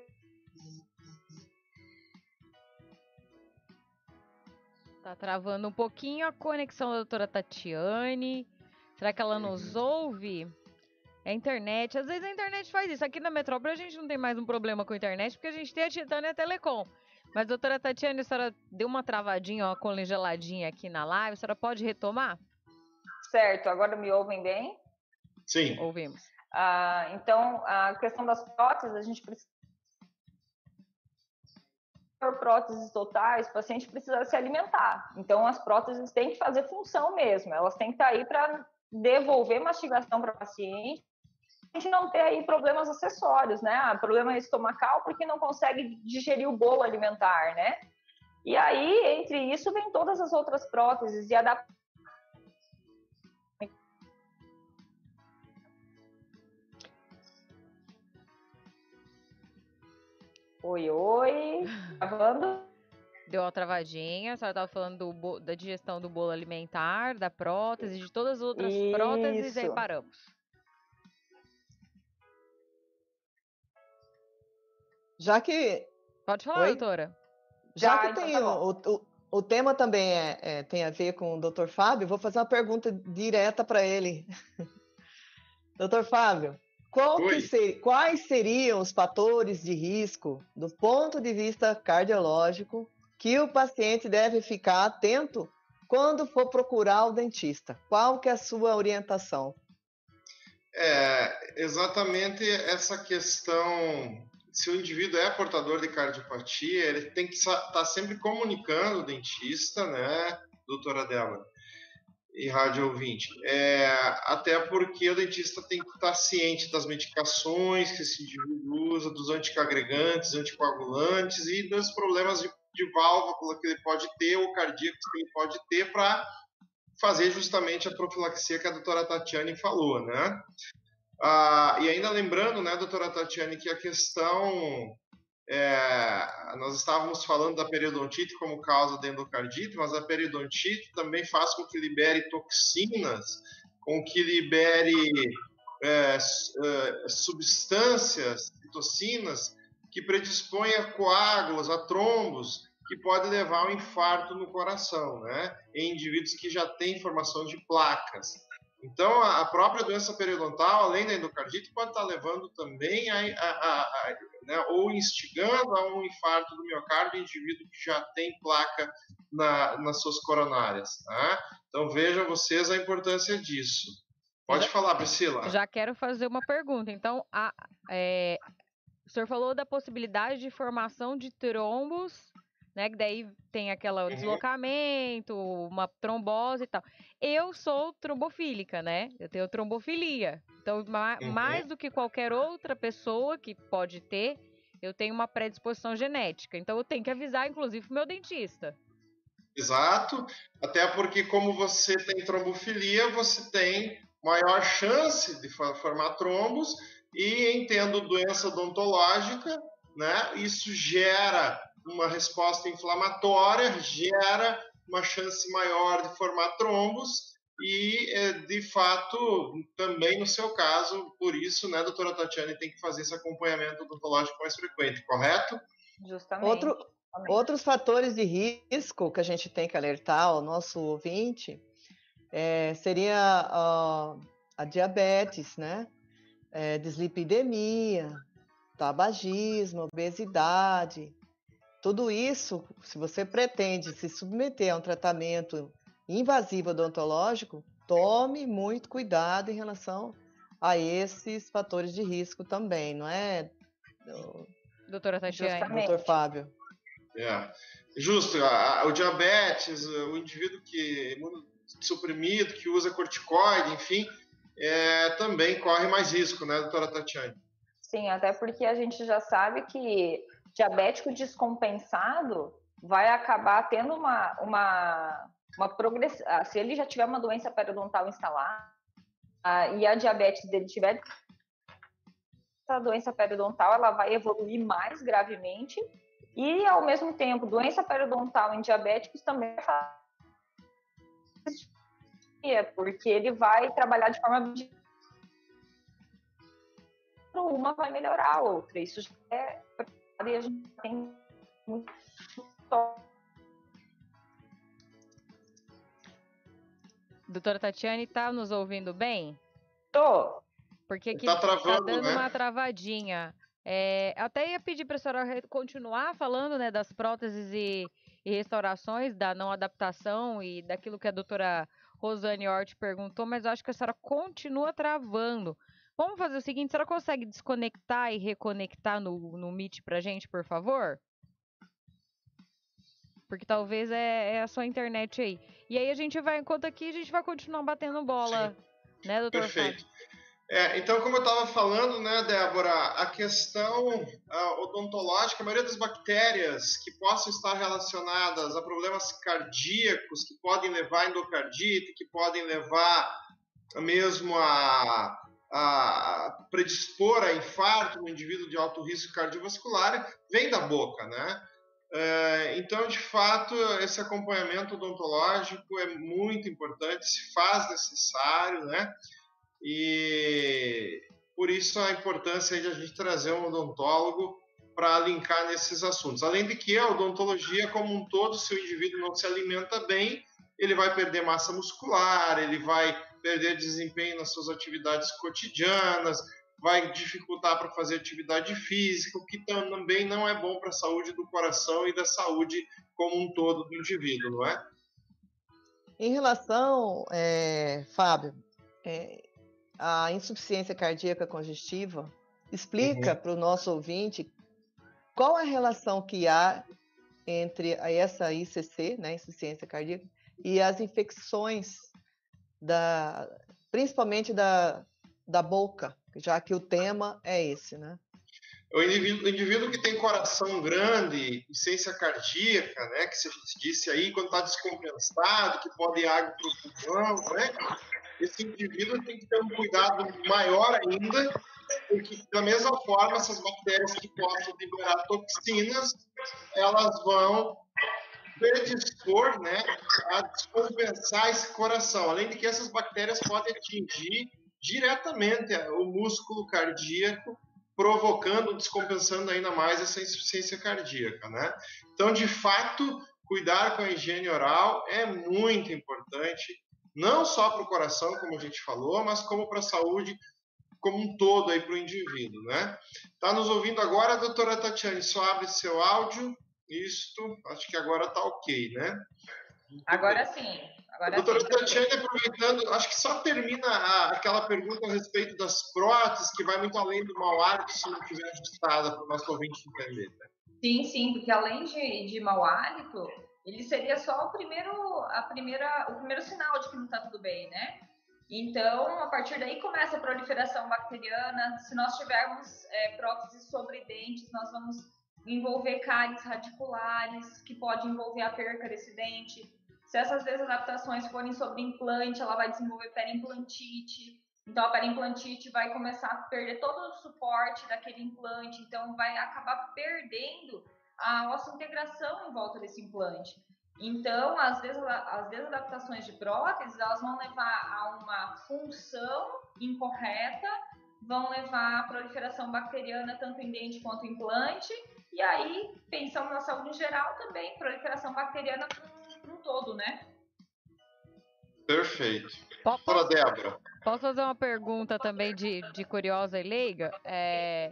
Está travando um pouquinho a conexão da doutora Tatiane. Será que ela nos ouve? É a internet. Às vezes a internet faz isso. Aqui na Metrópole a gente não tem mais um problema com a internet, porque a gente tem a Titânia Telecom. Mas, doutora Tatiane, a senhora deu uma travadinha, uma congeladinha aqui na live. A senhora pode retomar? Certo. Agora me ouvem bem? Sim. Ouvimos. Ah, então, a questão das próteses, a gente precisa... Por próteses totais, o paciente precisa se alimentar. Então, as próteses têm que fazer função mesmo. Elas têm que estar aí para devolver mastigação para o paciente. A gente não ter aí problemas acessórios, né? Ah, problema estomacal porque não consegue digerir o bolo alimentar, né? E aí, entre isso, vem todas as outras próteses e adaptações. Oi, oi, gravando? Deu uma travadinha, a senhora estava falando do, da digestão do bolo alimentar, da prótese, de todas as outras Isso. próteses, e aí paramos. Já que... Pode falar, Oi? doutora. Já, Já que então tem tá o, o, o tema também é, é, tem a ver com o doutor Fábio, vou fazer uma pergunta direta para ele. doutor Fábio, qual que ser, quais seriam os fatores de risco, do ponto de vista cardiológico, que o paciente deve ficar atento quando for procurar o dentista? Qual que é a sua orientação? É exatamente essa questão... Se o indivíduo é portador de cardiopatia, ele tem que estar sempre comunicando o dentista, né, doutora Débora e rádio ouvinte, é, até porque o dentista tem que estar ciente das medicações que esse indivíduo usa, dos anticoagregantes, anticoagulantes e dos problemas de, de válvula que ele pode ter ou cardíacos que ele pode ter para fazer justamente a profilaxia que a doutora Tatiane falou, né? Ah, e ainda lembrando, né, doutora Tatiane, que a questão, é, nós estávamos falando da periodontite como causa da endocardite, mas a periodontite também faz com que libere toxinas, com que libere é, é, substâncias, toxinas, que predispõem a coágulos, a trombos, que pode levar a um infarto no coração, né, em indivíduos que já têm formação de placas. Então, a própria doença periodontal, além da endocardite, pode estar levando também a, a, a, a né, ou instigando a um infarto do miocárdio, indivíduo que já tem placa na, nas suas coronárias. Tá? Então, vejam vocês a importância disso. Pode já, falar, Priscila. Já quero fazer uma pergunta. Então, a, é, o senhor falou da possibilidade de formação de trombos, né? Que daí tem aquele uhum. deslocamento, uma trombose e tal. Eu sou trombofílica, né? Eu tenho trombofilia. Então, ma uhum. mais do que qualquer outra pessoa que pode ter, eu tenho uma predisposição genética. Então, eu tenho que avisar, inclusive, o meu dentista. Exato. Até porque, como você tem trombofilia, você tem maior chance de formar trombos. E, entendo doença odontológica, né? Isso gera uma resposta inflamatória, gera uma chance maior de formar trombos e, de fato, também no seu caso, por isso, né, doutora Tatiane, tem que fazer esse acompanhamento odontológico mais frequente, correto? Justamente. Outro, outros fatores de risco que a gente tem que alertar ao nosso ouvinte é, seria a, a diabetes, né? É, dislipidemia, tabagismo, obesidade. Tudo isso, se você pretende se submeter a um tratamento invasivo odontológico, tome muito cuidado em relação a esses fatores de risco também, não é, doutora Tatiane? Doutor Fábio. É. Justo, a, a, o diabetes, o indivíduo que é imunossuprimido, que usa corticoide, enfim, é, também corre mais risco, né, doutora Tatiane? Sim, até porque a gente já sabe que diabético descompensado vai acabar tendo uma, uma, uma progressão. Se ele já tiver uma doença periodontal instalada uh, e a diabetes dele tiver essa doença periodontal, ela vai evoluir mais gravemente e, ao mesmo tempo, doença periodontal em diabéticos também é porque ele vai trabalhar de forma uma vai melhorar a outra. Isso já é e a gente tem muito. Doutora Tatiane, tá nos ouvindo bem? Tô. Porque aqui tá, travando, tá dando né? uma travadinha. É, até ia pedir para a senhora continuar falando, né, das próteses e, e restaurações, da não adaptação e daquilo que a doutora Rosane Hort perguntou, mas eu acho que a senhora continua travando. Vamos fazer o seguinte, a senhora consegue desconectar e reconectar no, no Meet pra gente, por favor? Porque talvez é, é a sua internet aí. E aí a gente vai, enquanto aqui, a gente vai continuar batendo bola, Sim. né, doutor Perfeito. Fábio? É, então, como eu estava falando, né, Débora, a questão a odontológica, a maioria das bactérias que possam estar relacionadas a problemas cardíacos, que podem levar a endocardite, que podem levar mesmo a, a predispor a infarto no indivíduo de alto risco cardiovascular, vem da boca, né? É, então, de fato, esse acompanhamento odontológico é muito importante, se faz necessário, né? E por isso a importância de a gente trazer um odontólogo para linkar nesses assuntos. Além de que a odontologia como um todo, se o indivíduo não se alimenta bem, ele vai perder massa muscular, ele vai perder desempenho nas suas atividades cotidianas, vai dificultar para fazer atividade física, o que também não é bom para a saúde do coração e da saúde como um todo do indivíduo, não é? Em relação, é, Fábio, é, a insuficiência cardíaca congestiva, explica uhum. para o nosso ouvinte qual a relação que há entre essa I C C, né, insuficiência cardíaca, e as infecções, da, principalmente da, da boca, já que o tema é esse, né? O indivíduo, o indivíduo que tem coração grande, insuficiência cardíaca, né, que você disse aí, quando está descompensado, que pode ir água para o pulmão, né? Esse indivíduo tem que ter um cuidado maior ainda, porque da mesma forma, essas bactérias que possam liberar toxinas, elas vão predispor, né, a descompensar esse coração. Além de que essas bactérias podem atingir diretamente o músculo cardíaco, provocando, descompensando ainda mais essa insuficiência cardíaca, né? Então, de fato, cuidar com a higiene oral é muito importante, não só para o coração, como a gente falou, mas como para a saúde como um todo aí para o indivíduo, né? Tá nos ouvindo agora, doutora Tatiane? Só abre seu áudio. Isto, acho que agora tá ok, né? Muito agora bem. sim. Agora doutora sim, Tatiane, aproveitando, acho que só termina a, aquela pergunta a respeito das próteses, que vai muito além do mau hálito, se não estiver ajustada para o nosso ouvinte entender, né? Sim, sim, porque além de, de mau hálito, ele seria só o primeiro, a primeira, o primeiro sinal de que não está tudo bem, né? Então, a partir daí começa a proliferação bacteriana. Se nós tivermos é, próteses sobre dentes, nós vamos envolver cáries radiculares, que pode envolver a perca desse dente. Se essas desadaptações forem sobre implante, ela vai desenvolver periimplantite. Então, a periimplantite vai começar a perder todo o suporte daquele implante, então vai acabar perdendo a osseointegração em volta desse implante. Então, as, as desadaptações de próteses, elas vão levar a uma função incorreta, vão levar à proliferação bacteriana tanto em dente quanto em implante, e aí, pensando na saúde em geral também, proliferação bacteriana para um todo, né? Perfeito. Posso, Doutora Débora. Posso fazer uma pergunta também de, de curiosa e leiga? É...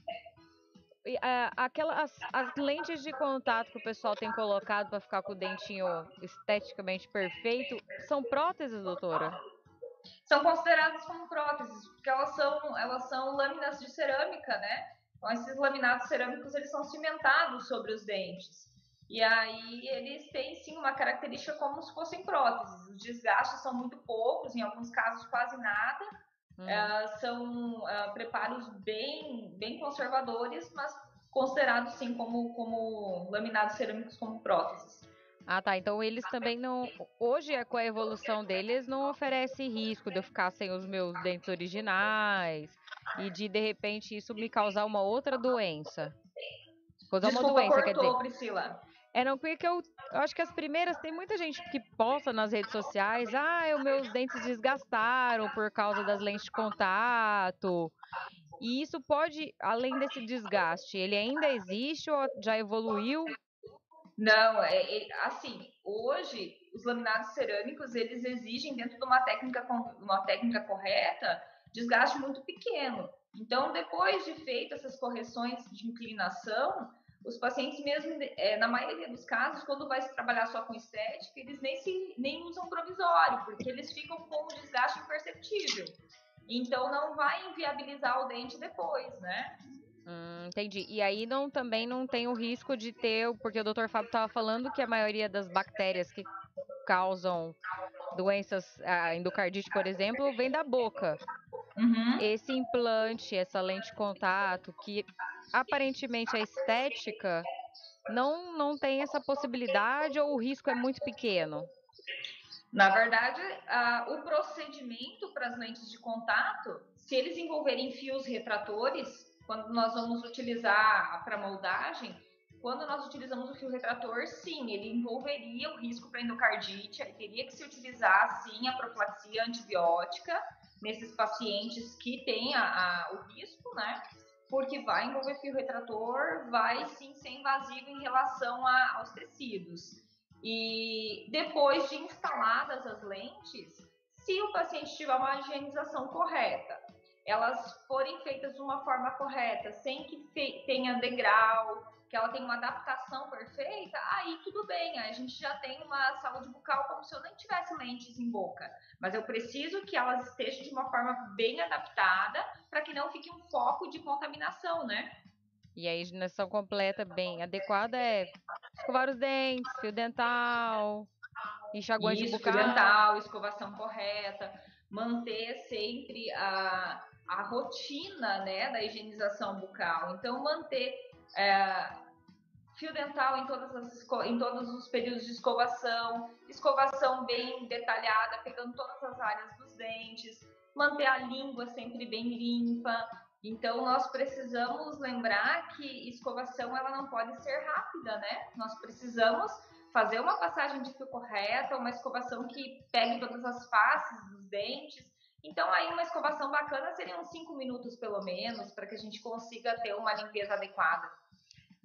Aquelas as lentes de contato que o pessoal tem colocado para ficar com o dentinho esteticamente perfeito, são próteses, doutora? São consideradas como próteses, porque elas são, elas são lâminas de cerâmica, né? Então, esses laminados cerâmicos, eles são cimentados sobre os dentes. E aí, eles têm, sim, uma característica como se fossem próteses. Os desgastes são muito poucos, em alguns casos quase nada. Uhum. Uh, são uh, preparos bem, bem conservadores, mas considerados, sim, como, como laminados cerâmicos como próteses. Ah, tá. Então eles também não... Hoje, com a evolução deles, não oferece risco de eu ficar sem os meus dentes originais e de, de repente, isso me causar uma outra doença. Causar Desculpa, uma doença, cortou, quer dizer... Priscila. É, não, porque eu, eu acho que as primeiras... Tem muita gente que posta nas redes sociais, ah, os meus dentes desgastaram por causa das lentes de contato. E isso pode, além desse desgaste, ele ainda existe ou já evoluiu? Não, é, é, assim, hoje os laminados cerâmicos, eles exigem dentro de uma técnica, uma técnica correta, desgaste muito pequeno. Então, depois de feitas essas correções de inclinação, os pacientes mesmo, é, na maioria dos casos, quando vai se trabalhar só com estética, eles nem, se, nem usam provisório, porque eles ficam com um desgaste imperceptível. Então, não vai inviabilizar o dente depois, né? Hum, entendi. E aí não, também não tem o risco de ter, porque o doutor Fábio estava falando que a maioria das bactérias que causam doenças, a endocardite, por exemplo, vem da boca. Uhum. Esse implante, essa lente de contato, que aparentemente é estética, não, não tem essa possibilidade ou o risco é muito pequeno? Na verdade, uh, o procedimento para as lentes de contato, se eles envolverem fios retratores, quando nós vamos utilizar para moldagem, quando nós utilizamos o fio retrator, sim, ele envolveria o risco para endocardite, ele teria que se utilizar, sim, a profilaxia antibiótica nesses pacientes que têm a, a, o risco, né? Porque vai envolver fio retrator, vai sim ser invasivo em relação a, aos tecidos. E depois de instaladas as lentes, se o paciente tiver uma higienização correta, elas forem feitas de uma forma correta, sem que tenha degrau, que ela tenha uma adaptação perfeita, aí tudo bem, a gente já tem uma saúde bucal como se eu nem tivesse lentes em boca. Mas eu preciso que elas estejam de uma forma bem adaptada para que não fique um foco de contaminação, né? E a higienização completa, bem adequada, é escovar os dentes, fio dental, enxaguante Isso, bucal. Fio dental, escovação correta, manter sempre a, a rotina, né, da higienização bucal. Então, manter é, fio dental em, todas as, em todos os períodos de escovação, escovação bem detalhada, pegando todas as áreas dos dentes, manter a língua sempre bem limpa. Então, nós precisamos lembrar que escovação ela não pode ser rápida, né? Nós precisamos fazer uma passagem de fio correta, uma escovação que pegue todas as faces dos dentes. Então, aí uma escovação bacana seria uns cinco minutos, pelo menos, para que a gente consiga ter uma limpeza adequada.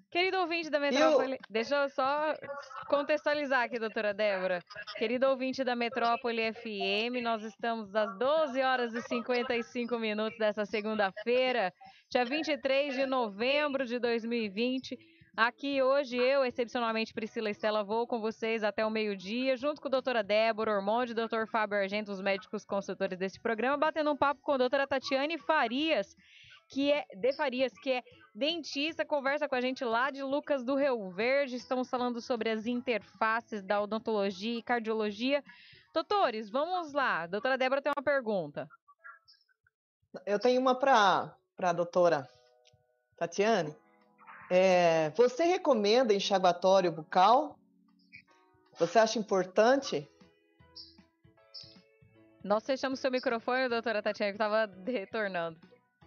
Querido ouvinte da Metrópole, eu... deixa eu só contextualizar aqui, doutora Débora. Querido ouvinte da Metrópole F M, nós estamos às doze horas e cinquenta e cinco minutos dessa segunda-feira, dia vinte e três de novembro de dois mil e vinte. Aqui hoje eu, excepcionalmente Priscila Estela, vou com vocês até o meio-dia, junto com a doutora Débora Ormonde e o doutor Fábio Argento, os médicos consultores desse programa, batendo um papo com a doutora Tatiane Farias, que é de Farias, que é dentista, conversa com a gente lá de Lucas do Rio Verde. Estamos falando sobre as interfaces da odontologia e cardiologia. Doutores, vamos lá. A doutora Débora tem uma pergunta. Eu tenho uma para a doutora Tatiane. É, você recomenda enxaguatório bucal? Você acha importante? Nós fechamos seu microfone, doutora Tatiane, que estava retornando.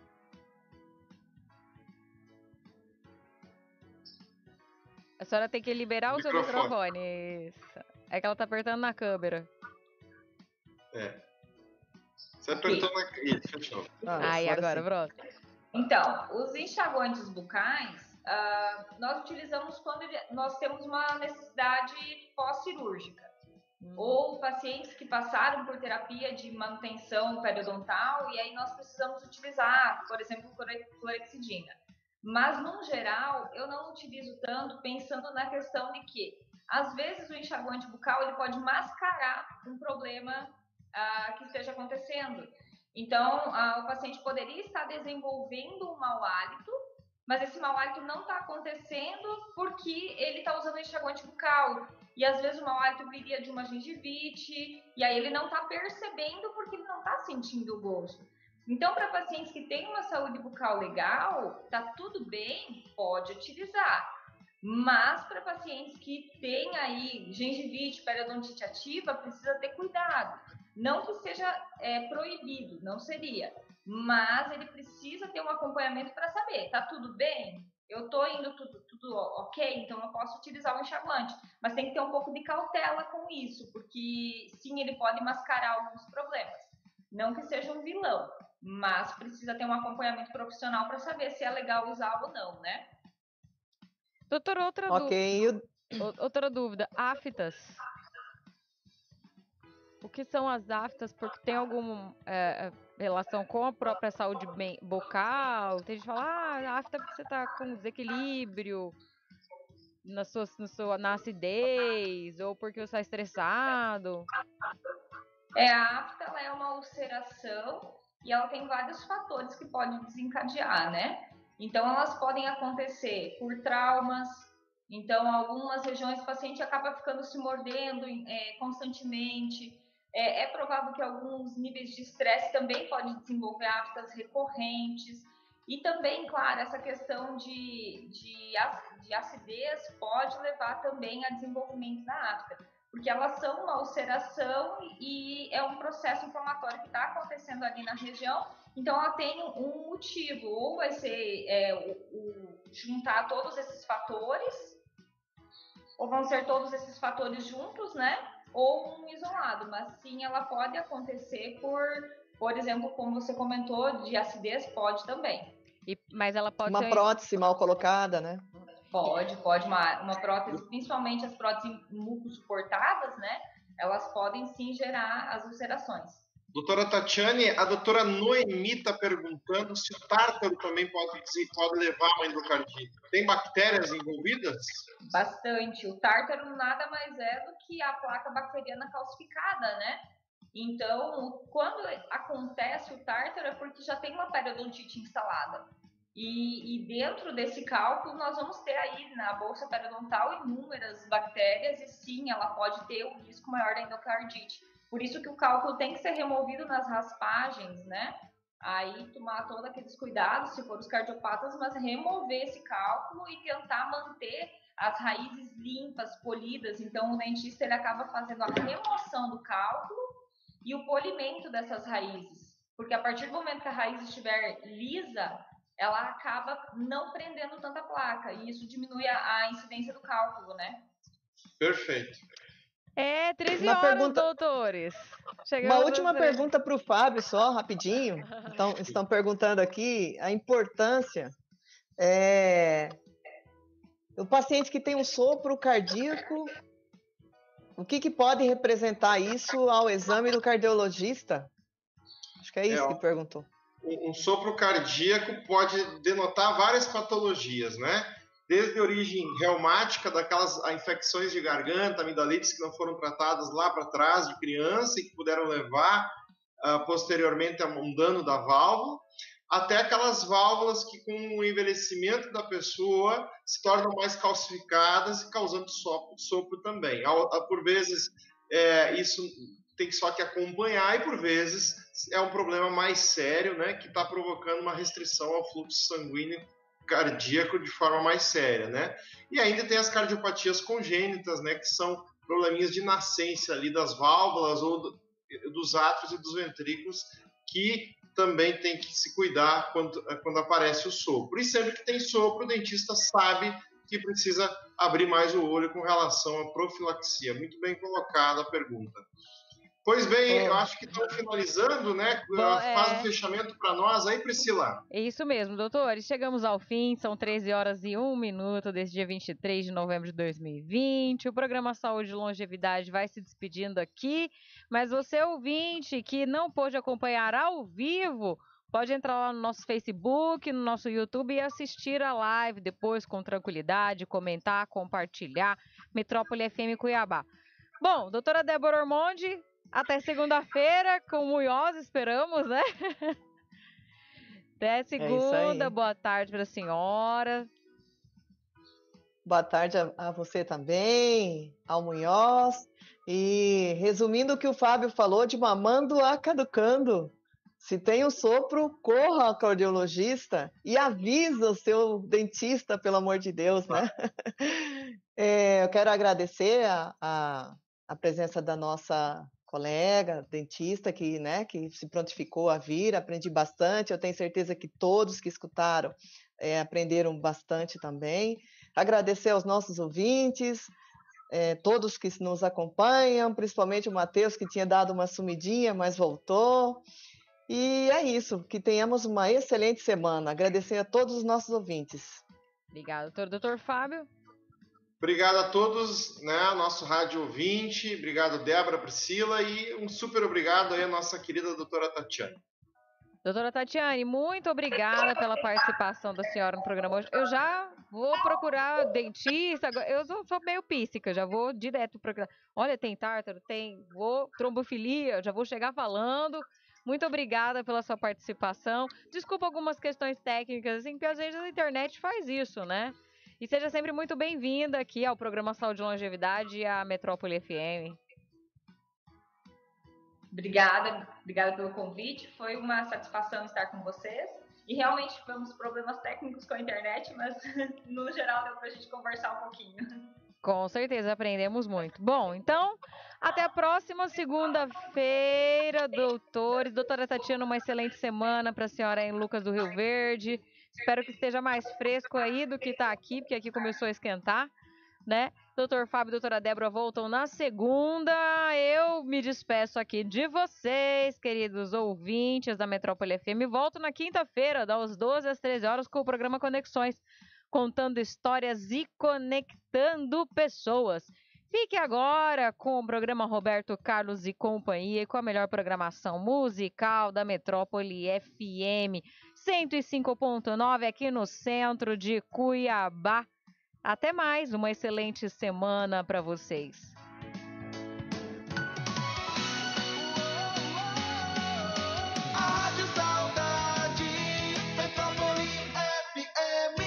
A senhora tem que liberar o, o seu microfone. Isso. É que ela tá apertando na câmera. É. Você apertou na... Isso, fechou. Ah, Aí, agora, pronto. Então, os enxaguantes bucais, uh, nós utilizamos quando nós temos uma necessidade pós-cirúrgica. Hum. Ou pacientes que passaram por terapia de manutenção periodontal e aí nós precisamos utilizar, por exemplo, clorexidina. Mas, no geral, eu não utilizo tanto pensando na questão de que, às vezes, o enxaguante bucal ele pode mascarar um problema ah, que esteja acontecendo. Então, ah, o paciente poderia estar desenvolvendo um mau hálito, mas esse mau hálito não está acontecendo porque ele está usando o enxaguante bucal. E, às vezes, o mau hálito viria de uma gengivite, e aí ele não está percebendo porque ele não está sentindo o gosto. Então, para pacientes que têm uma saúde bucal legal, tá tudo bem, pode utilizar. Mas para pacientes que têm aí gengivite, periodontite ativa, precisa ter cuidado. Não que seja é, proibido, não seria. Mas ele precisa ter um acompanhamento para saber, tá tudo bem? Eu tô indo tudo, tudo ok, então eu posso utilizar o enxaguante. Mas tem que ter um pouco de cautela com isso, porque sim, ele pode mascarar alguns problemas. Não que seja um vilão, mas precisa ter um acompanhamento profissional para saber se é legal usar ou não, né? Doutora, outra, okay. dúvida, outra dúvida, aftas. O que são as aftas? Porque tem alguma é, relação com a própria saúde bucal? Tem gente que fala, ah, a afta é porque você está com desequilíbrio na, sua, na, sua, na acidez, ou porque você está estressado. É, a afta ela é uma ulceração e ela tem vários fatores que podem desencadear, né? Então, elas podem acontecer por traumas. Então, algumas regiões o paciente acaba ficando se mordendo é, constantemente. É, é provável que alguns níveis de estresse também podem desenvolver aftas recorrentes. E também, claro, essa questão de, de, de acidez pode levar também a desenvolvimento da afta. Porque elas são uma ulceração e é um processo inflamatório que está acontecendo ali na região, então ela tem um motivo, ou vai ser é, o, o, juntar todos esses fatores, ou vão ser todos esses fatores juntos, né? Ou um isolado, mas sim, ela pode acontecer por, por exemplo, como você comentou, de acidez, pode também. E, mas ela pode uma ser... prótese mal colocada, né? Pode, pode, uma, uma prótese, principalmente as próteses muco-suportadas, né? Elas podem sim gerar as ulcerações. Doutora Tatiane, a doutora Noemi está perguntando se o tártaro também pode, pode levar a uma endocardite. Tem bactérias envolvidas? Bastante. O tártaro nada mais é do que a placa bacteriana calcificada, né? Então, quando acontece o tártaro é porque já tem uma periodontite instalada. E, e dentro desse cálculo, nós vamos ter aí na bolsa periodontal inúmeras bactérias e sim, ela pode ter um risco maior da endocardite. Por isso que o cálculo tem que ser removido nas raspagens, né? Aí tomar todos aqueles cuidados, se for os cardiopatas, mas remover esse cálculo e tentar manter as raízes limpas, polidas. Então, o dentista ele acaba fazendo a remoção do cálculo e o polimento dessas raízes. Porque a partir do momento que a raiz estiver lisa, ela acaba não prendendo tanta placa. E isso diminui a, a incidência do cálculo, né? Perfeito. É, treze Uma horas, pergunta... doutores. Chegamos Uma última pergunta para o Fábio, só, rapidinho. Então, estão perguntando aqui a importância é, O paciente que tem um sopro cardíaco, o que, que pode representar isso ao exame do cardiologista? Acho que é isso é, que perguntou. Um, um sopro cardíaco pode denotar várias patologias, né? Desde a origem reumática, daquelas infecções de garganta, amidalites que não foram tratadas lá para trás de criança e que puderam levar uh, posteriormente a um dano da válvula, até aquelas válvulas que com o envelhecimento da pessoa se tornam mais calcificadas e causando sopro, sopro também. Por vezes é, isso tem só que acompanhar e por vezes é um problema mais sério, né, que está provocando uma restrição ao fluxo sanguíneo cardíaco de forma mais séria, né? E ainda tem as cardiopatias congênitas, né, que são probleminhas de nascença ali das válvulas ou do, dos átrios e dos ventrículos que também tem que se cuidar quando, quando aparece o sopro. E sempre que tem sopro, o dentista sabe que precisa abrir mais o olho com relação à profilaxia. Muito bem colocada a pergunta. Pois bem, eu acho que estão finalizando, né? Bom, Faz é... o fechamento para nós aí, Priscila. É isso mesmo, doutor. E chegamos ao fim, são treze horas e um minuto desse dia vinte e três de novembro de dois mil e vinte. O programa Saúde e Longevidade vai se despedindo aqui, mas você ouvinte que não pôde acompanhar ao vivo, pode entrar lá no nosso Facebook, no nosso YouTube e assistir a live depois com tranquilidade, comentar, compartilhar. Metrópole F M Cuiabá. Bom, doutora Débora Ormonde, até segunda-feira, com Munhoz, esperamos, né? Até segunda, é boa tarde para a senhora. Boa tarde a, a você também, ao Munhoz. E resumindo o que o Fábio falou, de mamando a caducando. Se tem um sopro, corra ao cardiologista e avisa o seu dentista, pelo amor de Deus, né? É, eu quero agradecer a, a, a presença da nossa colega, dentista, que, né, que se prontificou a vir, aprendi bastante, eu tenho certeza que todos que escutaram é, aprenderam bastante também. Agradecer aos nossos ouvintes, é, todos que nos acompanham, principalmente o Matheus, que tinha dado uma sumidinha, mas voltou. E é isso, que tenhamos uma excelente semana. Agradecer a todos os nossos ouvintes. Obrigada, doutor. Doutor Fábio? Obrigado a todos, né, nosso rádio ouvinte, obrigado Débora, Priscila e um super obrigado aí à nossa querida doutora Tatiane. Doutora Tatiane, muito obrigada pela participação da senhora no programa hoje. Eu já vou procurar dentista, eu sou, sou meio píssica, já vou direto procurar. Olha, tem tártaro, tem, vou, trombofilia, já vou chegar falando. Muito obrigada pela sua participação. Desculpa algumas questões técnicas, assim, porque às vezes a internet faz isso, né? E seja sempre muito bem-vinda aqui ao programa Saúde e Longevidade e à Metrópole F M. Obrigada, obrigada pelo convite. Foi uma satisfação estar com vocês. E realmente tivemos problemas técnicos com a internet, mas no geral deu pra gente conversar um pouquinho. Com certeza, aprendemos muito. Bom, então, até a próxima segunda-feira, doutores. Doutora Tatiana, uma excelente semana para a senhora em Lucas do Rio Verde. Espero que esteja mais fresco aí do que está aqui, porque aqui começou a esquentar, né? Doutor Fábio e doutora Débora voltam na segunda. Eu me despeço aqui de vocês, queridos ouvintes da Metrópole F M. Volto na quinta-feira, das doze às treze horas, com o programa Conexões, contando histórias e conectando pessoas. Fique agora com o programa Roberto Carlos e Companhia, com a melhor programação musical da Metrópole F M cento e cinco ponto nove aqui no centro de Cuiabá. Até mais, uma excelente semana para vocês. Rádio Saudade, Metrópole F M.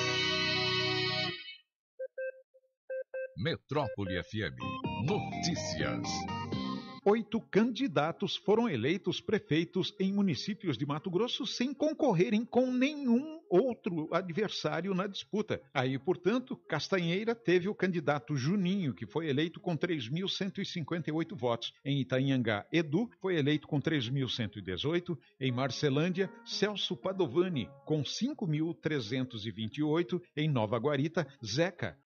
Metrópole F M. Notícias. Oito candidatos foram eleitos prefeitos em municípios de Mato Grosso sem concorrerem com nenhum outro adversário na disputa. Aí, portanto, Castanheira teve o candidato Juninho, que foi eleito com três mil cento e cinquenta e oito votos. Em Itanhangá, Edu foi eleito com três mil cento e dezoito. Em Marcelândia, Celso Padovani, com cinco mil trezentos e vinte e oito. Em Nova Guarita, Zeca